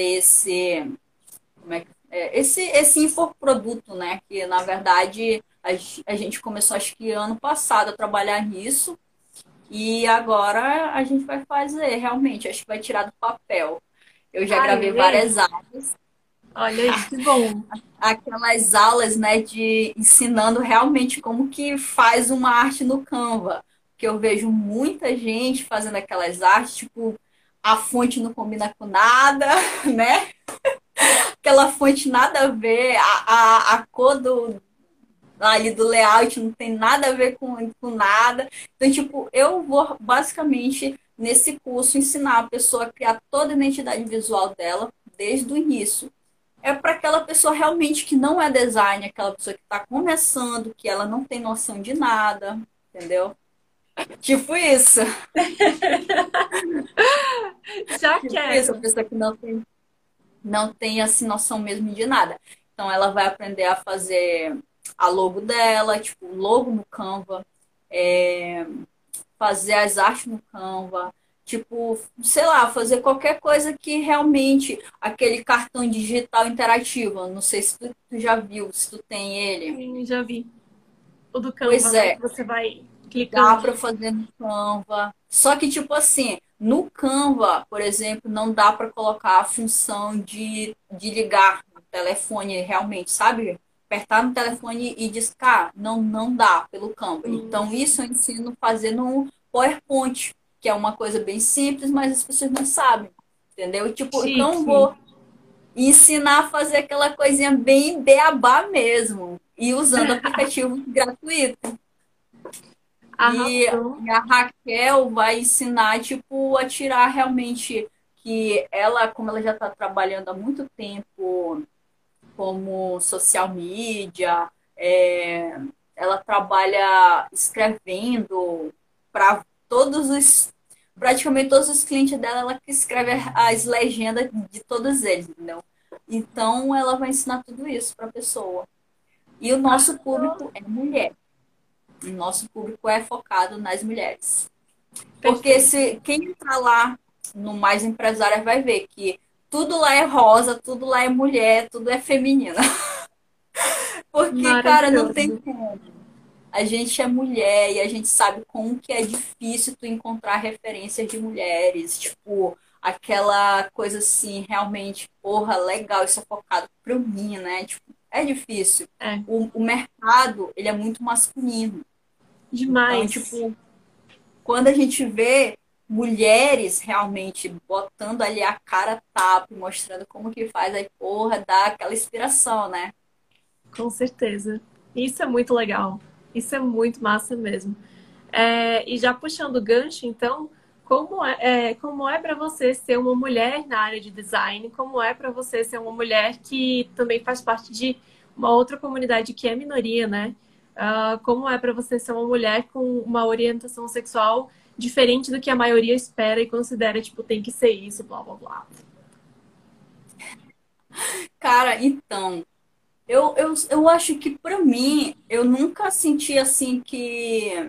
esse infoproduto, né? Que na verdade a gente começou acho que ano passado a trabalhar nisso e agora a gente vai fazer realmente, acho que vai tirar do papel. Eu já Ai, gravei amei. várias aulas, Olha aí, que bom. aquelas aulas, né, de ensinando realmente como que faz uma arte no Canva, que eu vejo muita gente fazendo aquelas artes, tipo, a fonte não combina com nada, né? Aquela fonte nada a ver, a cor ali do layout não tem nada a ver com nada. Então, tipo, eu vou basicamente nesse curso ensinar a pessoa a criar toda a identidade visual dela desde o início. É para aquela pessoa realmente que não é designer, aquela pessoa que está começando, que ela não tem noção de nada, entendeu? Tipo isso. Já Tipo isso, a quero. pessoa que não tem assim noção mesmo de nada. Então ela vai aprender a fazer a logo dela, tipo, logo no Canva, é, fazer as artes no Canva, tipo, sei lá, fazer qualquer coisa que realmente aquele cartão digital interativo, não sei se tu já viu, se tu tem ele. Sim, já vi. O do Canva, Pois né? Que é, você vai dá clicando. para fazer no Canva. Só que, tipo assim, no Canva, por exemplo, não dá para colocar a função de ligar no telefone realmente, sabe? Apertar no telefone e discar. Não, não dá pelo Canva. Então, isso eu ensino fazendo um PowerPoint, que é uma coisa bem simples, mas as pessoas não sabem. Entendeu? Tipo, então eu Chique. vou ensinar a fazer aquela coisinha bem beabá mesmo. E usando aplicativo gratuito. E, Arrasou. e a Raquel vai ensinar, tipo, a tirar realmente que ela, como ela já está trabalhando há muito tempo como social media, ela trabalha escrevendo para praticamente todos os clientes dela, ela que escreve as legendas de todos eles, entendeu? Então, ela vai ensinar tudo isso para a pessoa. E o nosso Arrasou. público é mulher. O nosso público é focado nas mulheres. Porque Perfeito. se quem entrar lá no Mais Empresária vai ver que tudo lá é rosa, tudo lá é mulher, tudo é feminina. Porque, cara, não tem Maravilhoso. como. A gente é mulher e a gente sabe como que é difícil tu encontrar referências de mulheres. Tipo, aquela coisa assim, realmente, porra, legal, isso é focado pra mim, né? Tipo, é difícil. É, O mercado, ele é muito masculino. Então, demais. tipo, quando a gente vê mulheres realmente botando ali a cara a tapa, mostrando como que faz, aí, porra, dá aquela inspiração, né? Com certeza. Isso é muito legal. Isso é muito massa mesmo. É, e já puxando o gancho, então, como é para você ser uma mulher na área de design? Como é para você ser uma mulher que também faz parte de uma outra comunidade que é minoria, né? Como é para você ser uma mulher com uma orientação sexual diferente do que a maioria espera e considera, tipo, tem que ser isso, blá, blá, blá. Cara, então, eu acho que pra mim, eu nunca senti assim que.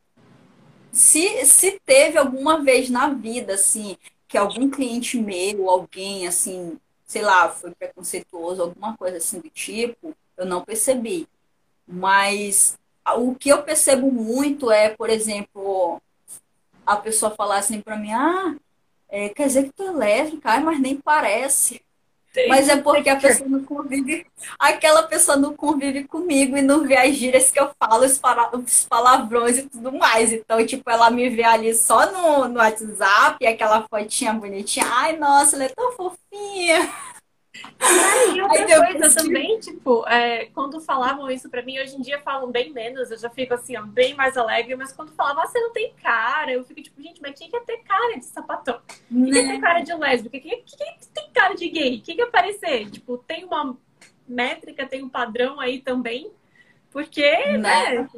Se teve alguma vez na vida, assim, que algum cliente meu, alguém, assim, sei lá, foi preconceituoso, alguma coisa assim do tipo, eu não percebi. Mas o que eu percebo muito é, por exemplo, a pessoa falar assim pra mim, quer dizer que tu é lésbica, mas nem parece. Mas é Tem porque a sticker. pessoa não convive, aquela pessoa não convive comigo e não vê as gírias que eu falo, os palavrões e tudo mais. Então, tipo, ela me vê ali só no WhatsApp, aquela fotinha bonitinha. Ai, nossa, ela é tão fofinha. E Aí outra coisa depois que. também, tipo, quando falavam isso pra mim, hoje em dia falam bem menos, eu já fico assim, ó, bem mais alegre, mas quando falavam, você não tem cara, eu fico tipo, gente, mas quem quer ter cara de sapatão? Quem quer ter Né? cara de lésbica? Quem tem cara de gay? Quem quer parecer? Tipo, tem uma métrica, tem um padrão aí também, porque, Né? né?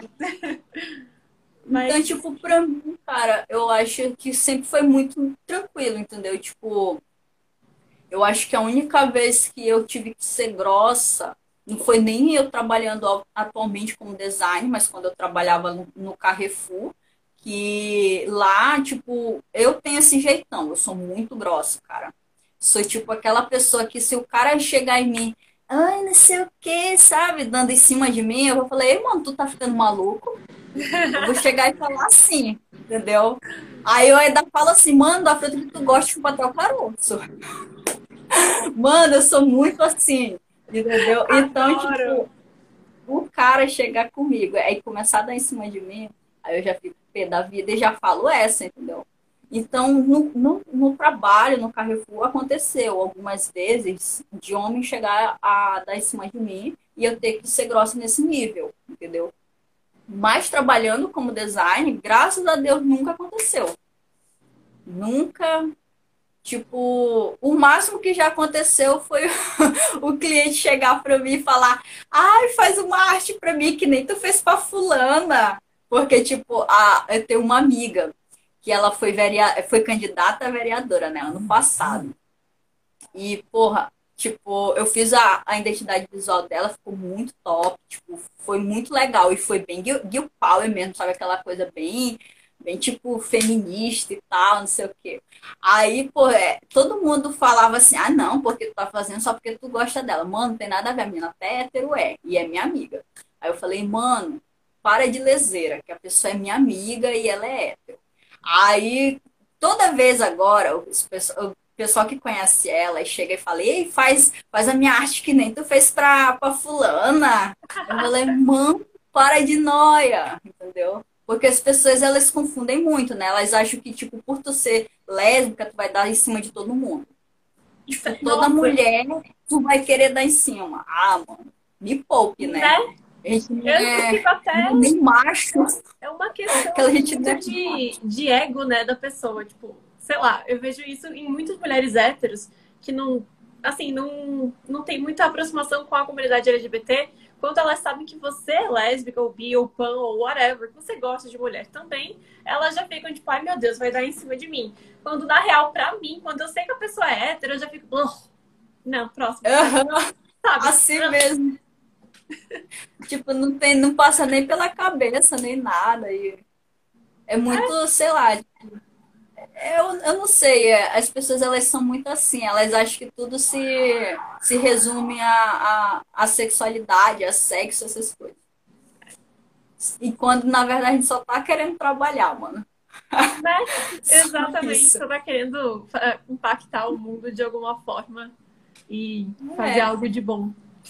Então, Mas, tipo, pra mim, cara, eu acho que sempre foi muito tranquilo, entendeu? Tipo, Eu acho que a única vez que eu tive que ser grossa não foi nem eu trabalhando atualmente como design, mas quando eu trabalhava no Carrefour, que lá, tipo, eu tenho esse jeitão, eu sou muito grossa, cara. Sou tipo aquela pessoa que se o cara chegar em mim, ai, não sei o que, sabe, dando em cima de mim, eu vou falar, ei, mano, tu tá ficando maluco? Eu vou chegar e falar assim, entendeu? Aí eu ainda falo assim, mano, da fruta que tu gosta de chupar até o caroço. Mano, eu sou muito assim, entendeu? Então, Adoro! tipo, o cara chegar comigo, aí começar a dar em cima de mim, aí eu já fico pé da vida e já falo essa, entendeu? Então, no trabalho, no Carrefour, aconteceu algumas vezes de homem chegar a dar em cima de mim e eu ter que ser grossa nesse nível, entendeu? Mas trabalhando como design, graças a Deus, nunca aconteceu. Nunca. Tipo, o máximo que já aconteceu foi o cliente chegar para mim e falar: ai, faz uma arte para mim que nem tu fez para fulana. Porque, tipo, eu tenho uma amiga que ela foi candidata a vereadora, né, ano passado. E, porra, tipo, eu fiz a identidade visual dela, ficou muito top, tipo, foi muito legal e foi bem Girl Power mesmo, sabe? Aquela coisa bem tipo, feminista e tal, não sei o quê. Aí, pô, todo mundo falava assim, ah, não, porque tu tá fazendo só porque tu gosta dela. Mano, não tem nada a ver, a menina até hétero e é minha amiga. Aí eu falei, mano, para de leseira, que a pessoa é minha amiga e ela é hétero. Aí, toda vez agora, o pessoal que conhece ela e chega e fala, ei, faz a minha arte que nem tu fez pra fulana. Eu falei, mano, para de noia, entendeu? Porque as pessoas, elas confundem muito, né? Elas acham que, tipo, por tu ser lésbica, tu vai dar em cima de todo mundo. Tipo, toda Nossa, mulher, tu vai querer dar em cima. Ah, mano, me poupe, né? né? A gente Eu fico até. não é nem macho, É uma que a questão gente não muito é macho. de ego, né, da pessoa. Tipo, sei lá, eu vejo isso em muitas mulheres héteros que não, assim, não tem muita aproximação com a comunidade LGBT, quando elas sabem que você é lésbica, ou bi, ou pan, ou whatever, que você gosta de mulher também, elas já ficam tipo, ai meu Deus, vai dar em cima de mim. Quando na real, pra mim, quando eu sei que a pessoa é hétero, eu já fico, "Ugh, não, próximo, sabe? Aham, Sabe? assim mesmo. Tipo, não passa nem pela cabeça, nem nada. E é muito, sei lá, eu não sei, as pessoas elas são muito assim, elas acham que tudo se resume a sexualidade, a sexo, essas coisas. E quando na verdade a gente só tá querendo trabalhar, mano. Né? Só Exatamente, isso. você tá querendo impactar o mundo de alguma forma e fazer É, algo de bom.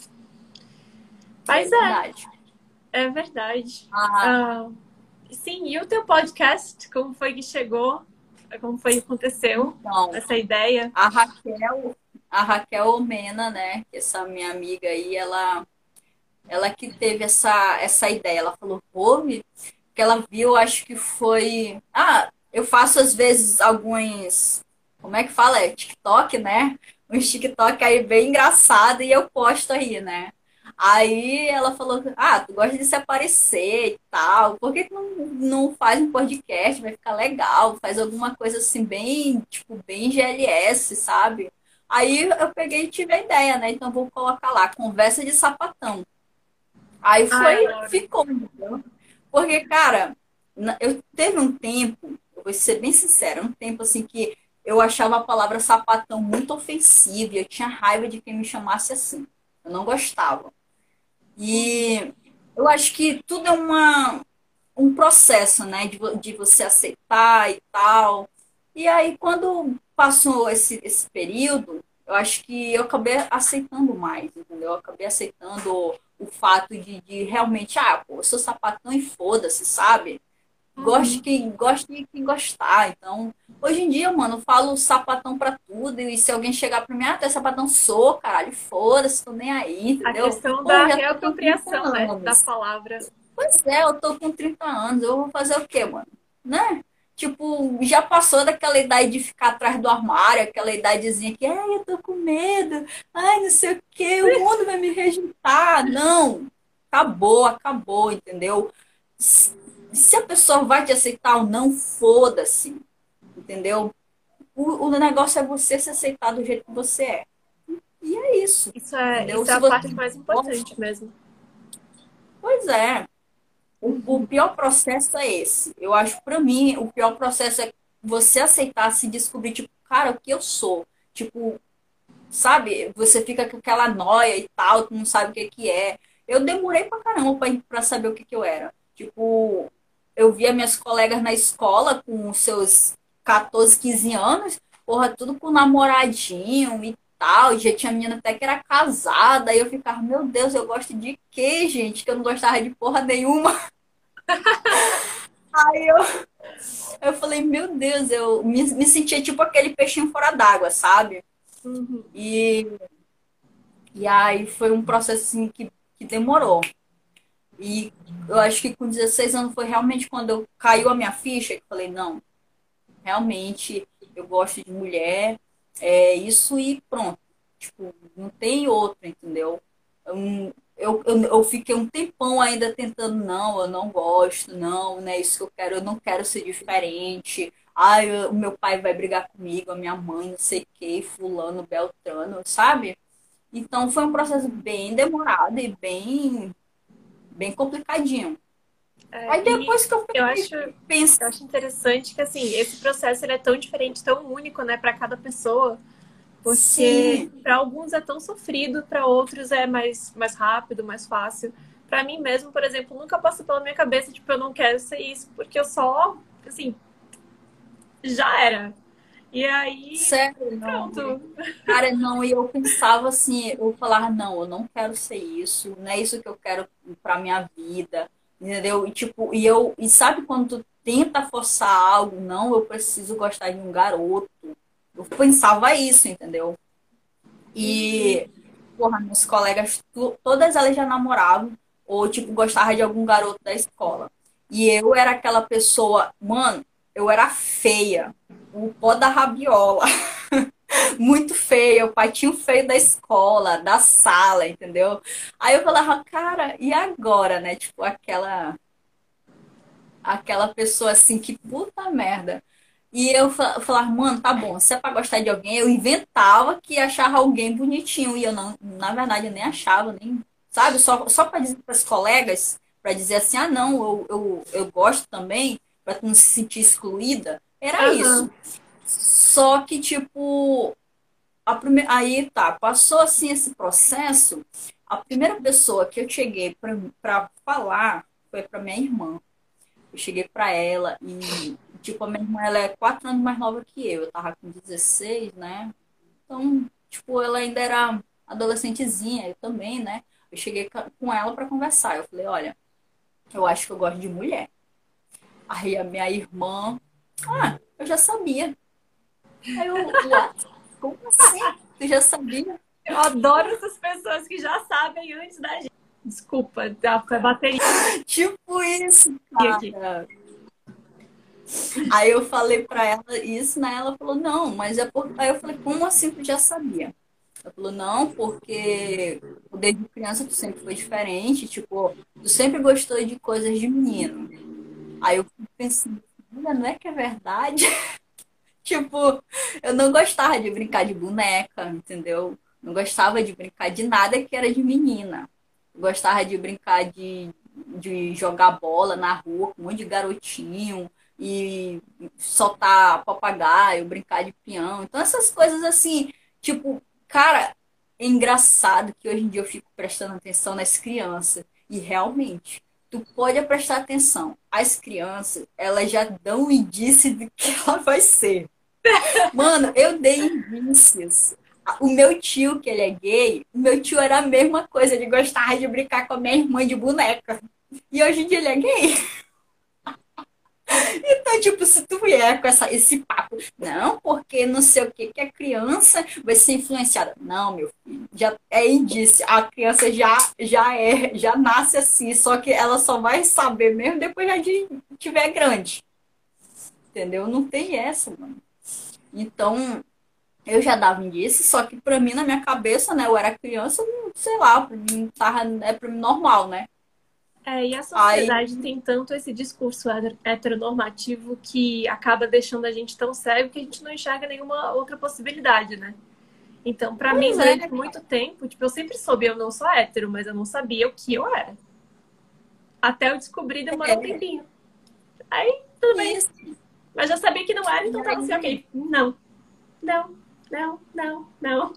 é Mas verdade. é verdade. A, Ah, sim, e o teu podcast? Como foi que chegou? Como foi que aconteceu então, essa ideia? a Raquel, a Raquel Mena, né, que essa minha amiga aí, ela que teve essa ideia. Ela falou, ouve, que ela viu, acho que foi. Ah, eu faço às vezes alguns. Como é que fala? É TikTok, né? Uns TikTok aí bem engraçado e eu posto aí, né? Aí ela falou, ah, tu gosta de se aparecer e tal, por que tu não faz um podcast? Vai ficar legal, faz alguma coisa assim, bem, tipo, bem GLS, sabe? Aí eu peguei e tive a ideia, né? Então vou colocar lá, conversa de sapatão. Aí Ai, foi, adoro. ficou, entendeu? Porque, cara, eu teve um tempo, eu vou ser bem sincera, um tempo assim que eu achava a palavra sapatão muito ofensiva, e eu tinha raiva de quem me chamasse assim. Eu não gostava. E eu acho que tudo é um processo, né, de você aceitar e tal. E aí, quando passou esse período, eu acho que eu acabei aceitando mais, entendeu? Eu acabei aceitando o fato de realmente, ah, pô, eu sou sapatão e foda-se, sabe? Uhum. Goste de quem gostar. Então, hoje em dia, mano, eu falo sapatão pra tudo. E se alguém chegar pra mim, ah, tu é sapatão, sou, caralho, foda-se, tô nem aí, A entendeu? questão Pô, da já tô com 30 reapropriação, né, da anos. palavra. Pois é, eu tô com 30 anos, eu vou fazer o quê, mano? Né? Tipo, já passou daquela idade de ficar atrás do armário, aquela idadezinha que, ai, eu tô com medo, ai, não sei o quê, o mundo vai me rejeitar. Não, acabou, acabou, entendeu? Se a pessoa vai te aceitar ou não, foda-se, entendeu? o negócio é você se aceitar do jeito que você é. E é isso, entendeu? Isso é Se a você parte mais gosta, importante mesmo. pois é. O Uhum. pior processo é esse. Eu acho, pra mim, o pior processo é você aceitar, se descobrir, tipo, cara, o que eu sou? Tipo, sabe? Você fica com aquela noia e tal, tu não sabe o que que é. Eu demorei pra caramba pra saber o que que eu era. Tipo, eu via minhas colegas na escola com os seus 14, 15 anos, porra, tudo com namoradinho e tal. Já tinha menina até que era casada. Aí eu ficava, meu Deus, eu gosto de quê, gente? Que eu não gostava de porra nenhuma. Aí eu falei, meu Deus, eu me sentia tipo aquele peixinho fora d'água, sabe? Uhum. E, e aí foi um processo assim que demorou. E eu acho que com 16 anos foi realmente quando eu caiu a minha ficha, que eu falei, não, realmente eu gosto de mulher, é isso e pronto. Tipo, não tem outro, entendeu? Eu fiquei um tempão ainda tentando, não, eu não gosto, não é isso que eu quero, eu não quero ser diferente. Ai, o meu pai vai brigar comigo, a minha mãe, não sei o que, fulano, beltrano, sabe? Então foi um processo bem demorado e bem complicadinho. É, Aí e depois que eu eu acho, eu pensei, acho interessante que assim, esse processo ele é tão diferente, tão único, né, para cada pessoa, porque sim, para alguns é tão sofrido, para outros é mais rápido, mais fácil. Para mim mesmo, por exemplo, nunca passou pela minha cabeça, tipo, eu não quero ser isso, porque eu só, assim, já era. E aí, sério, não. pronto. Cara, não, e eu pensava assim, eu falava, não, eu não quero ser isso, não é isso que eu quero pra minha vida, entendeu? E tipo, e sabe quando tu tenta forçar algo, não, eu preciso gostar de um garoto. Eu pensava isso, entendeu? Uhum. E, porra, minhas colegas, todas elas já namoravam, ou tipo, gostava de algum garoto da escola. E eu era aquela pessoa, mano, eu era feia, o pó da rabiola. Muito feio, o patinho feio da escola, da sala, entendeu? Aí eu falava, cara, e agora, né? Tipo, aquela pessoa assim, que puta merda. E eu falava, mano, tá bom, se é pra gostar de alguém, eu inventava que achava alguém bonitinho. E eu não, na verdade, eu nem achava, nem, sabe? Só pra dizer pras colegas, pra dizer assim, ah, não, eu gosto também, pra tu não se sentir excluída. Era Aham. isso. Só que, tipo, aí tá, passou assim esse processo. A primeira pessoa que eu cheguei para falar foi para minha irmã. Eu cheguei para ela e, tipo, a minha irmã ela é 4 anos mais nova que eu. Eu tava com 16, né? Então, tipo, ela ainda era adolescentezinha, eu também, né? Eu cheguei com ela para conversar. Eu falei, olha, eu acho que eu gosto de mulher. Aí a minha irmã, ah, eu já sabia. Aí eu, what? Como assim? Tu já sabia? Eu adoro essas pessoas que já sabem antes da gente. Desculpa, foi a bateria Tipo isso, aqui. cara. Aí eu falei pra ela isso, né? Ela falou, não, mas é por... Aí eu falei, como assim tu já sabia? Ela falou, não, porque desde criança tu sempre foi diferente, tipo, tu sempre gostou de coisas de menino. Aí eu pensei, olha, não é que é verdade? Tipo, eu não gostava de brincar de boneca, entendeu? Não gostava de brincar de nada que era de menina. Eu gostava de brincar de jogar bola na rua com um monte de garotinho e soltar papagaio, brincar de peão. Então, essas coisas assim, tipo, cara, é engraçado que hoje em dia eu fico prestando atenção nas crianças. E realmente, tu pode prestar atenção. As crianças, elas já dão um indício de que ela vai ser. Mano, eu dei indícios. O meu tio, que ele é gay, o meu tio era a mesma coisa, ele gostava de brincar com a minha irmã de boneca. E hoje em dia ele é gay. Então, tipo, se tu vier com esse papo, não, porque não sei o que a criança vai ser influenciada. Não, meu filho, já é indício. A criança já nasce assim, só que ela só vai saber mesmo depois já de tiver grande. Entendeu? Não tem essa, mano. Então, eu já dava indício, só que pra mim, na minha cabeça, né, eu era criança, sei lá, pra mim tava, é pra mim normal, né? E a Aí, sociedade tem tanto esse discurso heteronormativo que acaba deixando a gente tão cego que a gente não enxerga nenhuma outra possibilidade, né? Então, pra mim, pois é, durante muito tempo, tipo, eu sempre soube, eu não sou hétero, mas eu não sabia o que eu era. Até eu descobrir, demorou um é tempinho. Aí, tudo bem. isso. Mas já sabia que não era, E então tava assim, aí, ok. Não, não, não, não, não.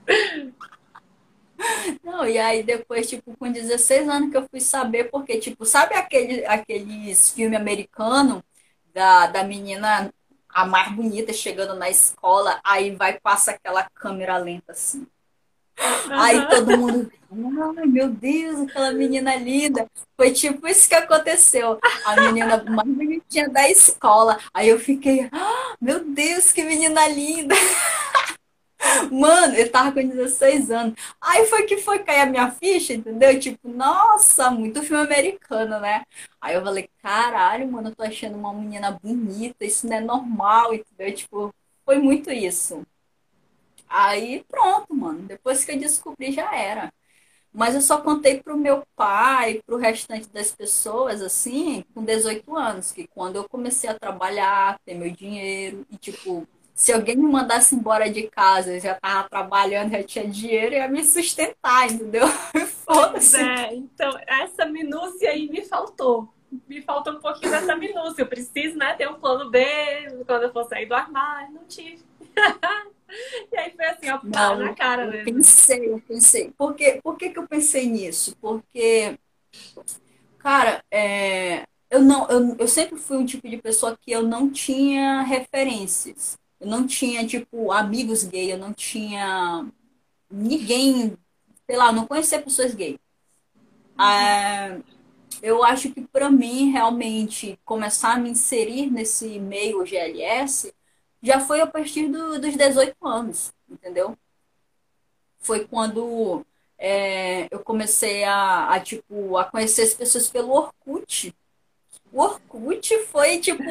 não, e aí depois, tipo, com 16 anos que eu fui saber, porque, tipo, sabe aqueles filmes americanos da menina a mais bonita chegando na escola, aí vai passa aquela câmera lenta assim. Aí Aham. todo mundo, ai meu Deus, aquela menina linda. Foi tipo isso que aconteceu. A menina mais bonitinha da escola. Aí eu fiquei, meu Deus, que menina linda. Mano, eu tava com 16 anos. Aí foi que foi cair a minha ficha, entendeu? Tipo, nossa, muito filme americano, né? Aí eu falei, caralho, mano, eu tô achando uma menina bonita, isso não é normal, entendeu? Tipo, foi muito isso. Aí pronto, mano. Depois que eu descobri, já era. Mas eu só contei pro meu pai, pro restante das pessoas, assim, com 18 anos, que quando eu comecei a trabalhar, ter meu dinheiro, e tipo, se alguém me mandasse embora de casa, eu já tava trabalhando, já tinha dinheiro, eu ia me sustentar, entendeu? Pois Foda-se. é, então essa minúcia aí me faltou. Me falta um pouquinho dessa minúcia. Eu preciso, né, ter um plano B quando eu for sair do armário. Não tive. E aí foi assim, ó, pá, na Não, cara eu mesmo. pensei, eu pensei. Por que que eu pensei nisso? Porque, cara, eu sempre fui um tipo de pessoa que eu não tinha referências. Eu não tinha, tipo, amigos gay, eu não tinha ninguém, sei lá, eu não conhecia pessoas gay. Ah, eu acho que para mim, realmente, começar a me inserir nesse meio GLS já foi a partir dos 18 anos, entendeu? Foi quando eu comecei tipo, a conhecer as pessoas pelo Orkut. O Orkut foi, tipo,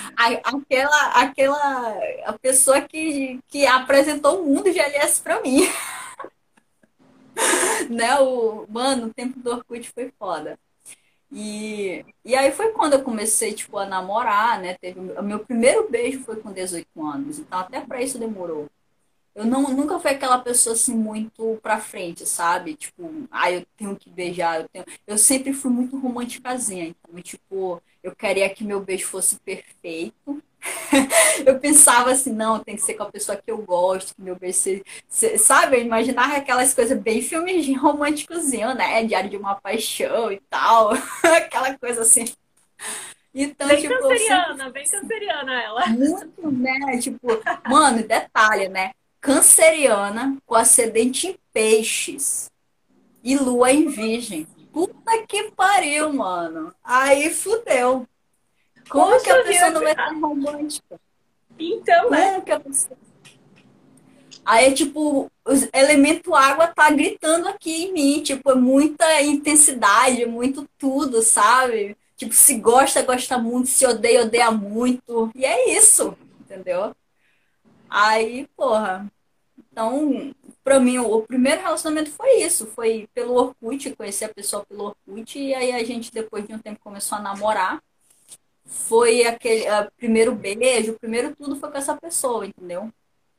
a pessoa que apresentou o mundo GLS para mim, né? Mano, o tempo do Orkut foi foda. E aí foi quando eu comecei, tipo, a namorar, né? O meu primeiro beijo foi com 18 anos, então até para isso demorou. Eu nunca fui aquela pessoa assim muito pra frente, sabe? Tipo, eu tenho que beijar, eu sempre fui muito romanticazinha, então, tipo, eu queria que meu beijo fosse perfeito. Eu pensava assim, não, tem que ser com a pessoa que eu gosto, que meu beijo sabe? Eu imaginava aquelas coisas bem filmes românticozinho, né? Diário de uma Paixão e tal, aquela coisa assim. Então, tipo, eu sempre Bem canceriana ela. muito, né? Tipo, mano, detalhe, né? Canceriana com ascendente em peixes e lua em virgem. Puta que pariu, mano. Aí fudeu. Como que a Poxa pessoa vida, não vai ser romântica? então, né? Como que a pessoa. Aí, tipo, o elemento água tá gritando aqui em mim. Tipo, é muita intensidade, é muito tudo, sabe? Tipo, se gosta, gosta muito, se odeia, odeia muito. E é isso, entendeu? Aí, porra. Então, pra mim, o primeiro relacionamento foi isso. Foi pelo Orkut, conheci a pessoa pelo Orkut. E aí a gente, depois de um tempo, começou a namorar. Foi aquele primeiro beijo, o primeiro tudo foi com essa pessoa, entendeu?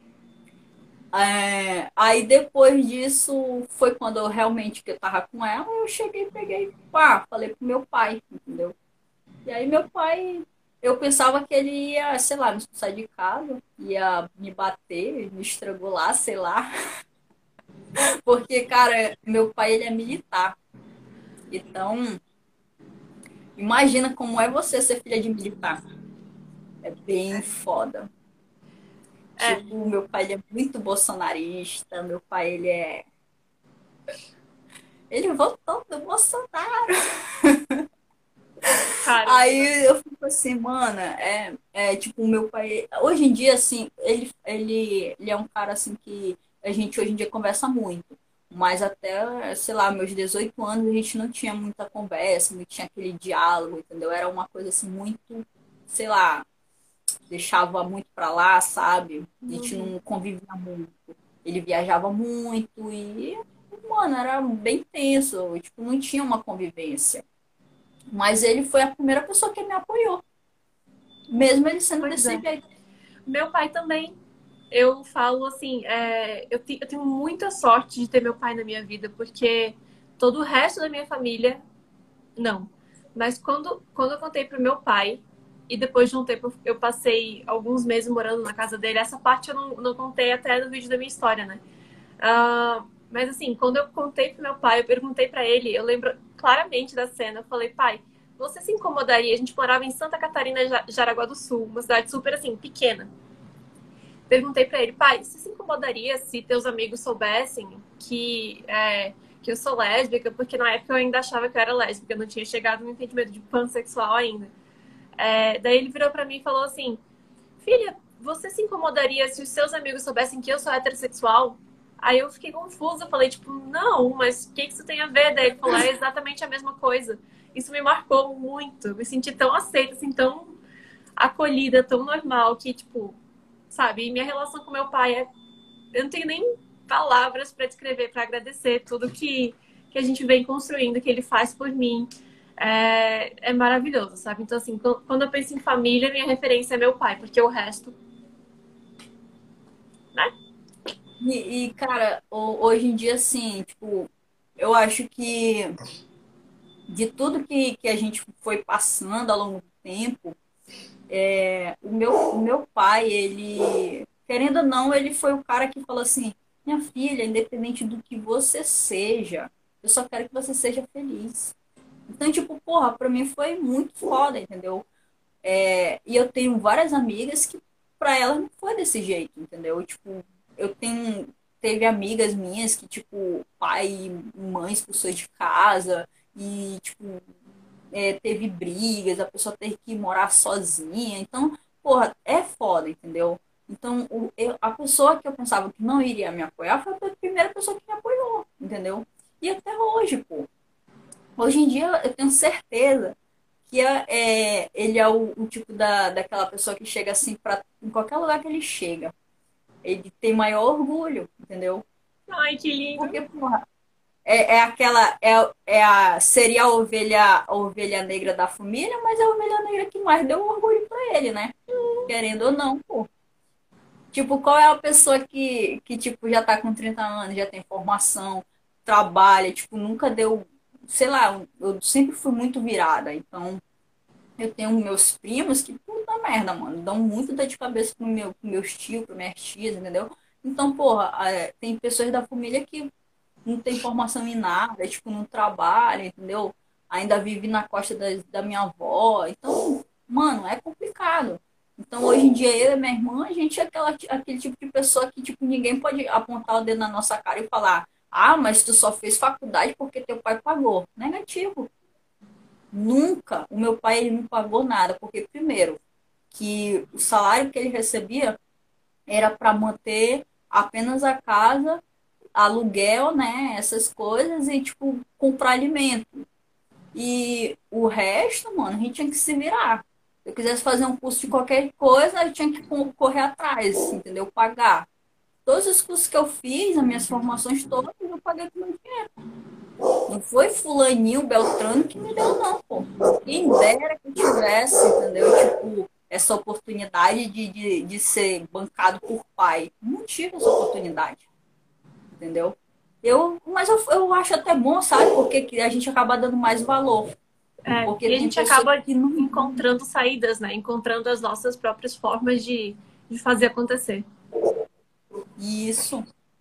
Aí depois disso, foi quando eu realmente que eu tava com ela, eu cheguei, peguei, pá, falei pro meu pai, entendeu? E aí meu pai, eu pensava que ele ia, sei lá, me expulsar de casa, ia me bater, me estrangular, sei lá. Porque, cara, meu pai, ele é militar. Então, imagina como é você ser filha de militar. É bem foda. É, Tipo, meu pai, ele é muito bolsonarista. Meu pai, ele é... Ele votou no Bolsonaro. caramba. Aí eu fico assim, mano, tipo, o meu pai... Hoje em dia, assim, ele é um cara, assim, que a gente hoje em dia conversa muito. Mas até, sei lá, meus 18 anos a gente não tinha muita conversa, não tinha aquele diálogo, entendeu? Era uma coisa assim muito, sei lá, deixava muito pra lá, sabe? A gente Uhum. não convivia muito. Ele viajava muito e, mano, era bem tenso, tipo, não tinha uma convivência. Mas ele foi a primeira pessoa que me apoiou, mesmo ele sendo Pois desse é. jeito. Meu pai também. Eu falo assim, eu tenho muita sorte de ter meu pai na minha vida, porque todo o resto da minha família, não. Mas quando eu contei pro meu pai, e depois de um tempo eu passei alguns meses morando na casa dele, essa parte eu não contei até no vídeo da minha história, né? Mas assim, quando eu contei pro meu pai, eu perguntei pra ele, eu lembro claramente da cena, eu falei, pai, você se incomodaria? A gente morava em Santa Catarina, Jaraguá do Sul, uma cidade super assim, pequena. Perguntei pra ele, pai, você se incomodaria se teus amigos soubessem que eu sou lésbica? Porque na época eu ainda achava que eu era lésbica, eu não tinha chegado no entendimento de pansexual ainda. Daí ele virou pra mim e falou assim, filha, você se incomodaria se os seus amigos soubessem que eu sou heterossexual? Aí eu fiquei confusa, falei, tipo, não, mas o que isso tem a ver? Daí ele falou, é exatamente a mesma coisa. Isso me marcou muito, eu me senti tão aceita, assim, tão acolhida, tão normal, que, tipo, sabe? E minha relação com meu pai eu não tenho nem palavras para descrever, para agradecer tudo que a gente vem construindo, que ele faz por mim. É maravilhoso, sabe? Então, assim, quando eu penso em família, minha referência é meu pai, porque o resto, né? Cara, hoje em dia, assim, tipo, eu acho que de tudo que a gente foi passando ao longo do tempo, o meu pai, ele, querendo ou não, ele foi o cara que falou assim, minha filha, independente do que você seja, eu só quero que você seja feliz. Então, tipo, porra, pra mim foi muito foda, entendeu? E eu tenho várias amigas que pra elas não foi desse jeito, entendeu? Tipo, teve amigas minhas que, tipo, pai e mãe expulsou de casa e, tipo, teve brigas, a pessoa teve que morar sozinha. Então, porra, é foda, entendeu? Então, a pessoa que eu pensava que não iria me apoiar foi a primeira pessoa que me apoiou, entendeu? E até hoje, pô. Hoje em dia eu tenho certeza que ele é o tipo daquela pessoa que chega assim para em qualquer lugar que ele chega. Ele tem maior orgulho, entendeu? Ai, que lindo. Porque, porra, seria a ovelha negra da família, mas é a ovelha negra que mais deu orgulho para ele, né? Querendo ou não, pô. Tipo, qual é a pessoa que tipo, já tá com 30 anos, já tem formação, trabalha, tipo, nunca deu, sei lá, eu sempre fui muito virada, então eu tenho meus primos que, puta merda, mano, dão muito dor de cabeça pro meus tios, pro minhas tias, entendeu? Então, porra, tem pessoas da família que não tem formação em nada, tipo, não trabalha, entendeu? Ainda vive na costa da minha avó. Então, mano, é complicado. Então, hoje em dia, eu e minha irmã, a gente é aquele tipo de pessoa que, tipo, ninguém pode apontar o dedo na nossa cara e falar, ah, mas tu só fez faculdade porque teu pai pagou. Negativo. Nunca. O meu pai, ele não pagou nada, porque, primeiro, que o salário que ele recebia era para manter apenas a casa, aluguel, né, essas coisas e tipo comprar alimento. E o resto, mano, a gente tinha que se virar. Se eu quisesse fazer um curso de qualquer coisa, eu tinha que correr atrás, entendeu? Pagar. Todos os cursos que eu fiz, as minhas formações todas, eu paguei com meu dinheiro. Não foi fulaninho, Beltrano que me deu, não, pô. Quem dera que eu tivesse, entendeu? Tipo, essa oportunidade de ser bancado por pai. Não tive essa oportunidade, entendeu? Mas eu acho até bom, sabe? Porque que a gente acaba dando mais valor. Porque E a tem gente pessoas acaba que não. encontrando saídas, né? Encontrando as nossas próprias formas de fazer acontecer. Isso.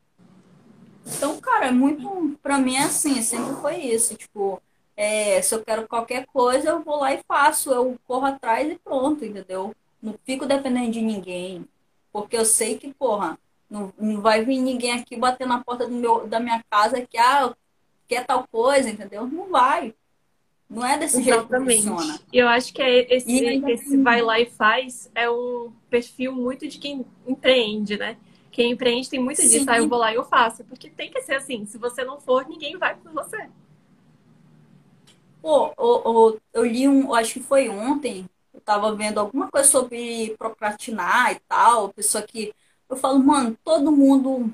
Então, cara, é muito. Pra mim é assim, sempre foi isso. Tipo, se eu quero qualquer coisa, eu vou lá e faço. Eu corro atrás e pronto, entendeu? Não fico dependendo de ninguém. Porque eu sei que, porra, não vai vir ninguém aqui bater na porta da minha casa que, quer tal coisa, entendeu? Não vai. Não é desse jeito que funciona. Exatamente. E eu acho que E ainda esse vai tem. lá e faz é um perfil muito de quem empreende, né? Quem empreende tem muito disso. Ah, eu vou Sim, lá e eu faço. Porque tem que ser assim. Se você não for, ninguém vai por você. pô, eu li acho que foi ontem, eu tava vendo alguma coisa sobre procrastinar e tal, pessoa que. Eu falo, mano, todo mundo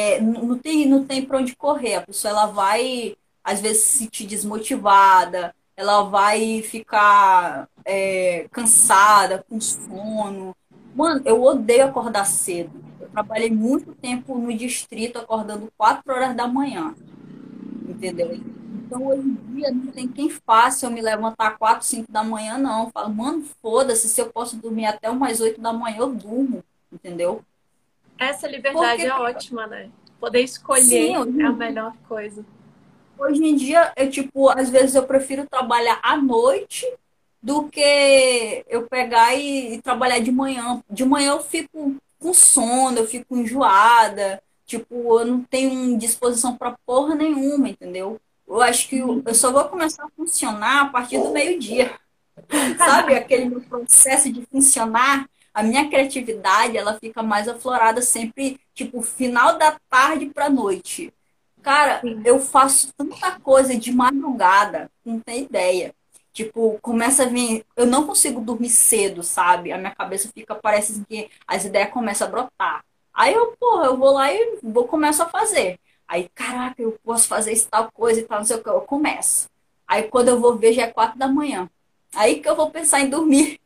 não tem para onde correr. A pessoa ela vai, às vezes, se sentir desmotivada, ela vai ficar cansada, com sono. Mano, eu odeio acordar cedo. Eu trabalhei muito tempo no distrito acordando 4 horas da manhã, entendeu? Então, hoje em dia, não tem quem faça eu me levantar 4, 5 da manhã, não. Eu falo, mano, foda-se, se eu posso dormir até umas 8 da manhã, eu durmo, entendeu? Essa liberdade Porque, é ótima, né? Poder sim, escolher é a melhor coisa. hoje em dia, eu, tipo, às vezes eu prefiro trabalhar à noite do que eu pegar e trabalhar de manhã. De manhã eu fico com sono, eu fico enjoada, tipo, eu não tenho disposição para porra nenhuma, entendeu? Eu acho que eu só vou começar a funcionar a partir do meio-dia. Sabe, aquele meu processo de funcionar, a minha criatividade, ela fica mais aflorada sempre, tipo, final da tarde para noite. Cara, Sim. eu faço tanta coisa de madrugada, não tem ideia. Tipo, começa a vir. Eu não consigo dormir cedo, sabe? A minha cabeça fica, parece assim que as ideias começam a brotar. Aí eu, porra, eu vou lá e vou começo a fazer. Aí, caraca, eu posso fazer isso tal coisa e tal, não sei o que, eu começo. Aí quando eu vou ver já é 4 da manhã. Aí que eu vou pensar em dormir,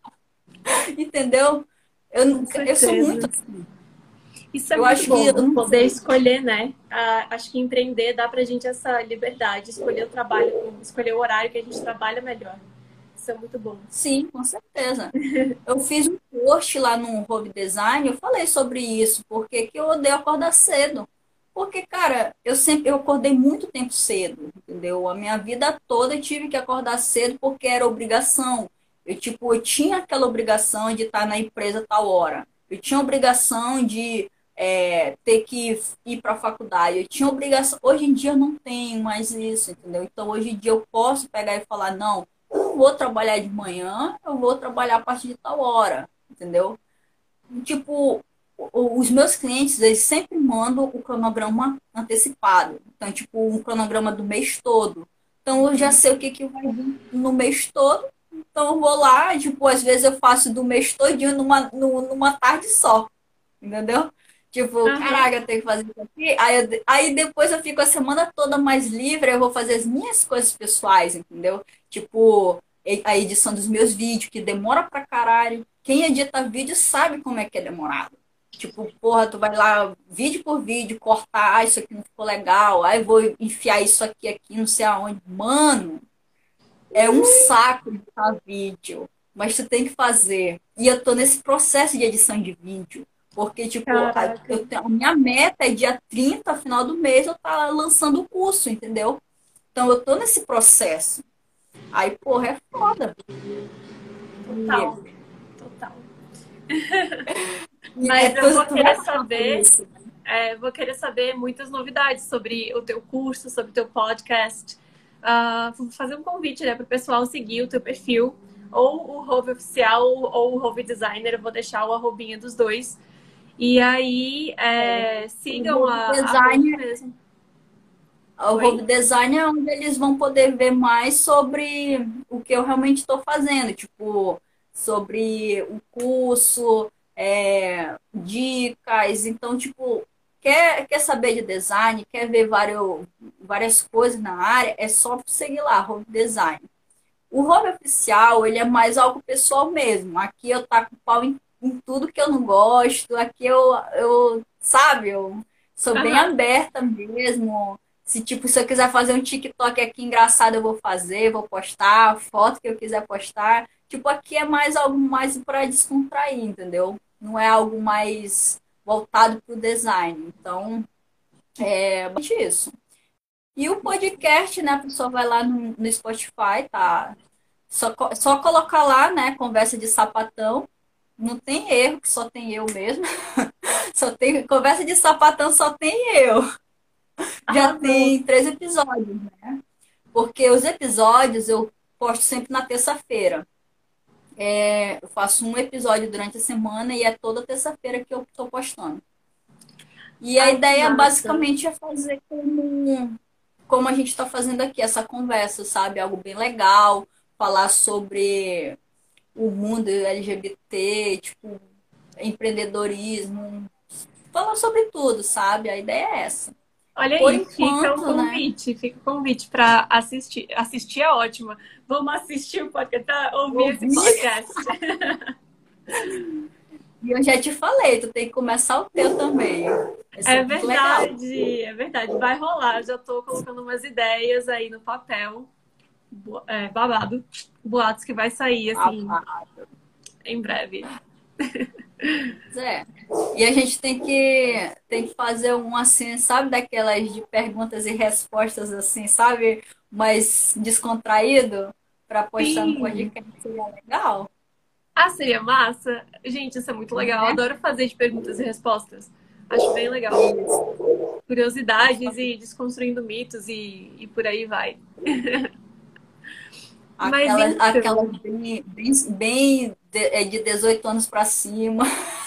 entendeu? Com Eu sou muito certeza. assim. Isso é Eu muito acho que, eu bom, não poder sei. escolher, né? Acho que empreender dá pra gente essa liberdade, escolher o trabalho, escolher o horário que a gente trabalha melhor. Isso é muito bom. Sim, com certeza. Eu fiz um post lá no Hobby Design, eu falei sobre isso, porque que eu odeio acordar cedo. Porque, cara, eu acordei muito tempo cedo, entendeu? A minha vida toda eu tive que acordar cedo porque era obrigação. Eu, tipo, eu tinha aquela obrigação de estar na empresa tal hora. Eu tinha obrigação de ter que ir para a faculdade. Eu tinha obrigação. Hoje em dia eu não tenho mais isso, entendeu? Então, hoje em dia eu posso pegar e falar, não, eu não vou trabalhar de manhã, eu vou trabalhar a partir de tal hora, entendeu? Tipo, os meus clientes, eles sempre mandam o cronograma antecipado. Então, tipo, um cronograma do mês todo. Então, eu já sei o que vai vir no mês todo. Então, eu vou lá, tipo, às vezes eu faço do mês todinho numa tarde só, entendeu? Tipo, Aham. caraca, eu tenho que fazer isso aqui. Aí depois eu fico a semana toda mais livre, eu vou fazer as minhas coisas pessoais, entendeu? Tipo, a edição dos meus vídeos, que demora pra caralho. Quem edita vídeo sabe como é que é demorado. Tipo, porra, tu vai lá, vídeo por vídeo, cortar, isso aqui não ficou legal, aí vou enfiar isso aqui, não sei aonde. Mano, é um saco editar vídeo, mas tu tem que fazer. E eu tô nesse processo de edição de vídeo, porque, tipo, Caraca. a minha meta é dia 30 final do mês, eu tá lançando o curso, entendeu? Então eu tô nesse processo. Aí, porra, é foda. E, Total. Total. e Mas eu vou tu querer vai passar por saber, isso. vou querer saber muitas novidades sobre o teu curso, sobre o teu podcast. Vou fazer um convite, né, para o pessoal seguir o teu perfil, ou o Hove Oficial, ou o Hove Designer. Eu vou deixar o arrobinha dos dois. E aí, O sigam home a Hove design, mesmo. o home Oi? design é onde eles vão poder ver mais sobre o que eu realmente estou fazendo, tipo, sobre o curso, dicas. Então, tipo, quer saber de design, quer ver várias coisas na área, é só seguir lá, home design. O hobby oficial, ele é mais algo pessoal mesmo. Aqui eu taco pau em tudo que eu não gosto. Aqui sabe, eu sou bem Aham. aberta mesmo. Se eu quiser fazer um TikTok aqui engraçado, eu vou fazer, vou postar, foto que eu quiser postar. Tipo, aqui é mais algo mais para descontrair, entendeu? Não é algo mais voltado para o design. Então, é basicamente isso. E o podcast, né? A pessoa vai lá no Spotify, tá? Só colocar lá, né? Conversa de sapatão. Não tem erro, que só tem eu mesmo. Só tem conversa de sapatão, só tem eu. Já Arrasou. tem 3 episódios, né? Porque os episódios eu posto sempre na terça-feira. Eu faço um episódio durante a semana e é toda terça-feira que eu tô postando. E a Ai, que ideia massa. basicamente é fazer como a gente está fazendo aqui, essa conversa, sabe? Algo bem legal, falar sobre o mundo LGBT, tipo, empreendedorismo, falar sobre tudo, sabe? A ideia é essa. Olha Por aí, enquanto, né? fica o convite para assistir. Assistir é ótima. Vamos assistir o podcast, ouvir esse Ouvir. podcast. E eu já te falei, tu tem que começar o teu também. Vai ser muito legal. É verdade. Vai rolar. Já tô colocando umas ideias aí no papel. Babado. Boatos que vai sair, assim, Ah, em breve. pois é. E a gente tem que fazer um assim, sabe, daquelas de perguntas e respostas assim, sabe? Mais descontraído para postar no Sim. podcast seria legal, Ah, seria massa? Gente, isso é muito legal. Eu né? adoro fazer de perguntas e respostas. Acho bem legal. Isso. Curiosidades e desconstruindo mitos e por aí vai. Mas Aquelas então, bem de 18 anos para cima.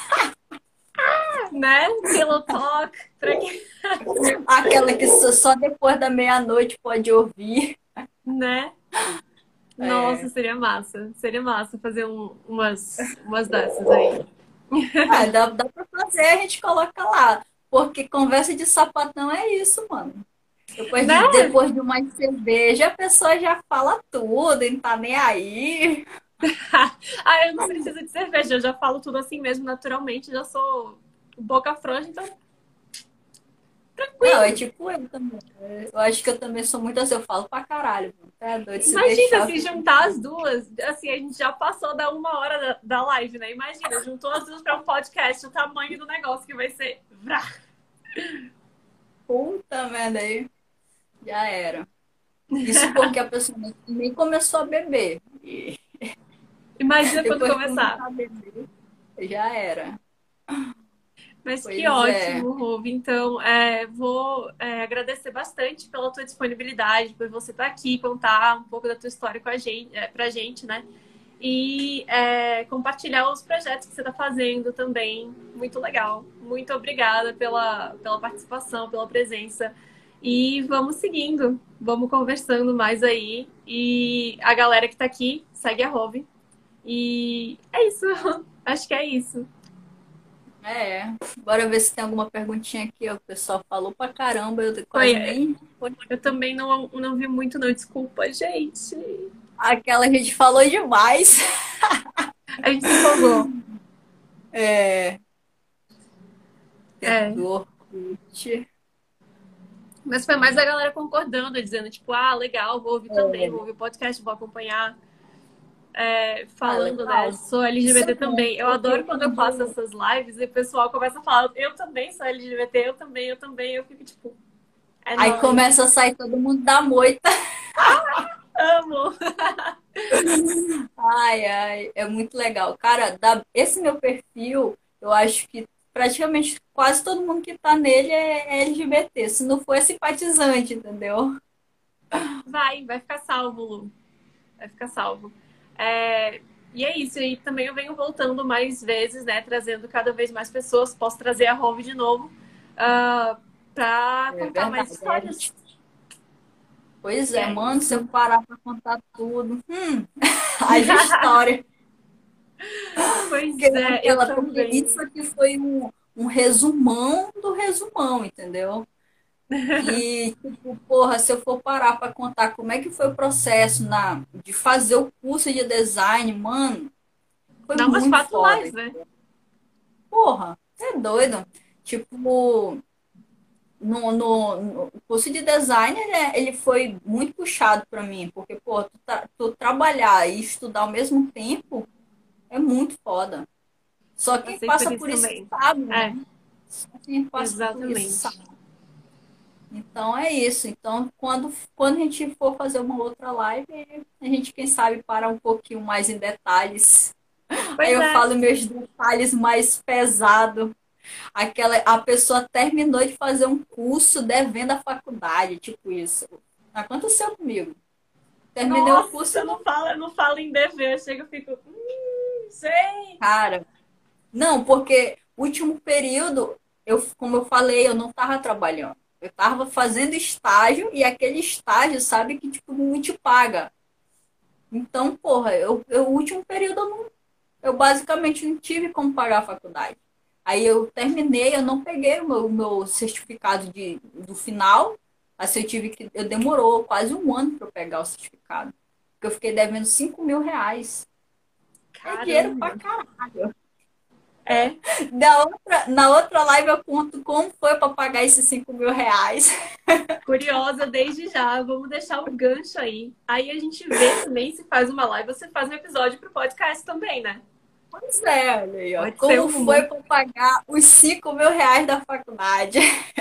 né? Pillow Talk, pra quem, Aquela que só depois da meia-noite pode ouvir. né? Nossa, É. seria massa fazer umas dessas aí. Ah, dá pra fazer, a gente coloca lá. Porque conversa de sapatão é isso, mano. Né? Depois de uma cerveja, a pessoa já fala tudo, e não tá nem aí. Ah, eu não preciso de cerveja, eu já falo tudo assim mesmo, naturalmente, já sou boca frouxa, então Não, é tranquilo. tipo eu também. Eu acho que eu também sou muito assim, eu falo pra caralho, mano. É doido, se Imagina deixar, eu se fico. juntar as duas, assim, a gente já passou da 1 hora da live, né? Imagina, juntou as duas para um podcast, o tamanho do negócio que vai ser. Vrá. Puta merda aí. Já era. Isso porque a pessoa nem começou a beber. E Imagina quando depois que começar. começar a beber, já era. Mas que Pois é. ótimo, Ruve. Então, vou agradecer bastante pela tua disponibilidade, por você estar aqui, contar um pouco da tua história com a gente, pra gente, né? E compartilhar os projetos que você está fazendo também. Muito legal. Muito obrigada pela participação, pela presença. E vamos seguindo, vamos conversando mais aí. E a galera que está aqui, segue a Rove. E é isso. Acho que é isso. É. Bora ver se tem alguma perguntinha aqui. Ó. O pessoal falou pra caramba, eu quase Foi, nem. eu também não vi muito, não. Desculpa, gente. Aquela gente falou demais. A gente se empolgou. É. É. Do Orkut. Mas foi mais a galera concordando, dizendo, tipo, ah, legal, vou ouvir também, vou ouvir o podcast, vou acompanhar. Ah, Falando, né? legal. Sou Isso é LGBT bom, também. Eu porque adoro quando eu faço quando. essas lives e o pessoal começa a falar, eu também sou LGBT, eu também, eu também. Eu fico tipo, é Aí nóis. começa a sair todo mundo da moita. Amo! Ai, ai, é muito legal. Cara, esse meu perfil, eu acho que praticamente quase todo mundo que tá nele é LGBT. Se não for é simpatizante, entendeu? Vai ficar salvo, Lu. Vai ficar salvo. É, e é isso. E também eu venho voltando mais vezes, né? Trazendo cada vez mais pessoas. Posso trazer a Rove de novo para É contar mais verdade. É, histórias. pois E é, é mano, se eu isso. parar pra contar tudo, haja história. Pois é, eu Porque isso também. aqui foi um resumão do resumão, entendeu? E, tipo, porra, se eu for parar pra contar como é que foi o processo de fazer o curso de design, mano, foi Dá umas muito 4 lives, foda. né? Porra, é doido. Tipo, no curso de design, ele foi muito puxado pra mim, porque, pô, tu trabalhar e estudar ao mesmo tempo é muito foda. Só quem Passei por passa isso por isso também. sabe, É, né? Só quem passa por isso sabe. exatamente. Então é isso. Então, quando a gente for fazer uma outra live, a gente, quem sabe, para um pouquinho mais em detalhes. Aí Pois eu é. falo meus detalhes mais pesados. A pessoa terminou de fazer um curso devendo a faculdade, tipo isso. Aconteceu comigo. Terminei o curso Nossa, e não, não fala em dever. Eu chego e fico, gente. cara. Não, porque último período, como eu falei, eu não estava trabalhando. Eu estava fazendo estágio e aquele estágio, sabe, que tipo, não te paga. Então, porra, o último período eu basicamente não tive como pagar a faculdade. Aí eu terminei, eu não peguei o meu certificado do final. Assim, eu demorou quase um ano para eu pegar o certificado. Porque eu fiquei devendo R$ 5.000. É dinheiro pra Caramba. caralho. É, Na outra live eu conto como foi para pagar esses R$ 5.000. curiosa desde já. Vamos deixar o gancho aí. Aí a gente vê também se faz uma live, você faz um episódio pro podcast também, né? Pois é, olha aí, ó. Pode ser Como uma. foi para pagar os R$ 5.000 da faculdade?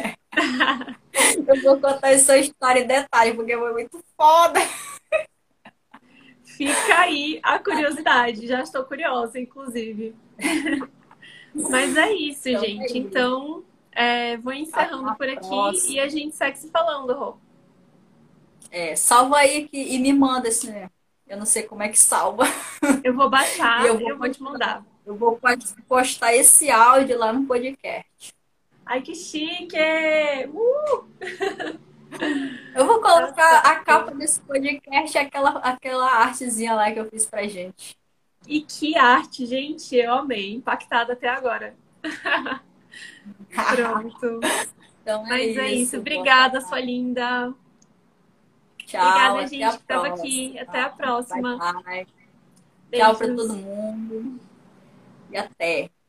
Eu vou contar essa história em detalhe, porque foi muito foda. Fica aí a curiosidade. Já estou curiosa, inclusive. Mas é isso, Então é gente. isso. Então, vou Até encerrando a por aqui e a próxima. gente segue se falando, Rô. Salva aí e me manda esse. Eu não sei como é que salva. Eu vou E baixar, eu vou te mandar. eu vou postar esse áudio lá no podcast. Ai, que chique! Eu vou Tá colocar a capa certo. desse podcast, aquela artezinha lá que eu fiz pra gente. E que arte, gente! Eu amei. Impactada até agora. Pronto. Então é Mas é isso. isso. Boa Obrigada, sua tarde. linda. Tchau, Obrigada, até gente, a que estava aqui. próxima. Até a Bye, próxima. bye. Tchau para todo Beijos. mundo e até.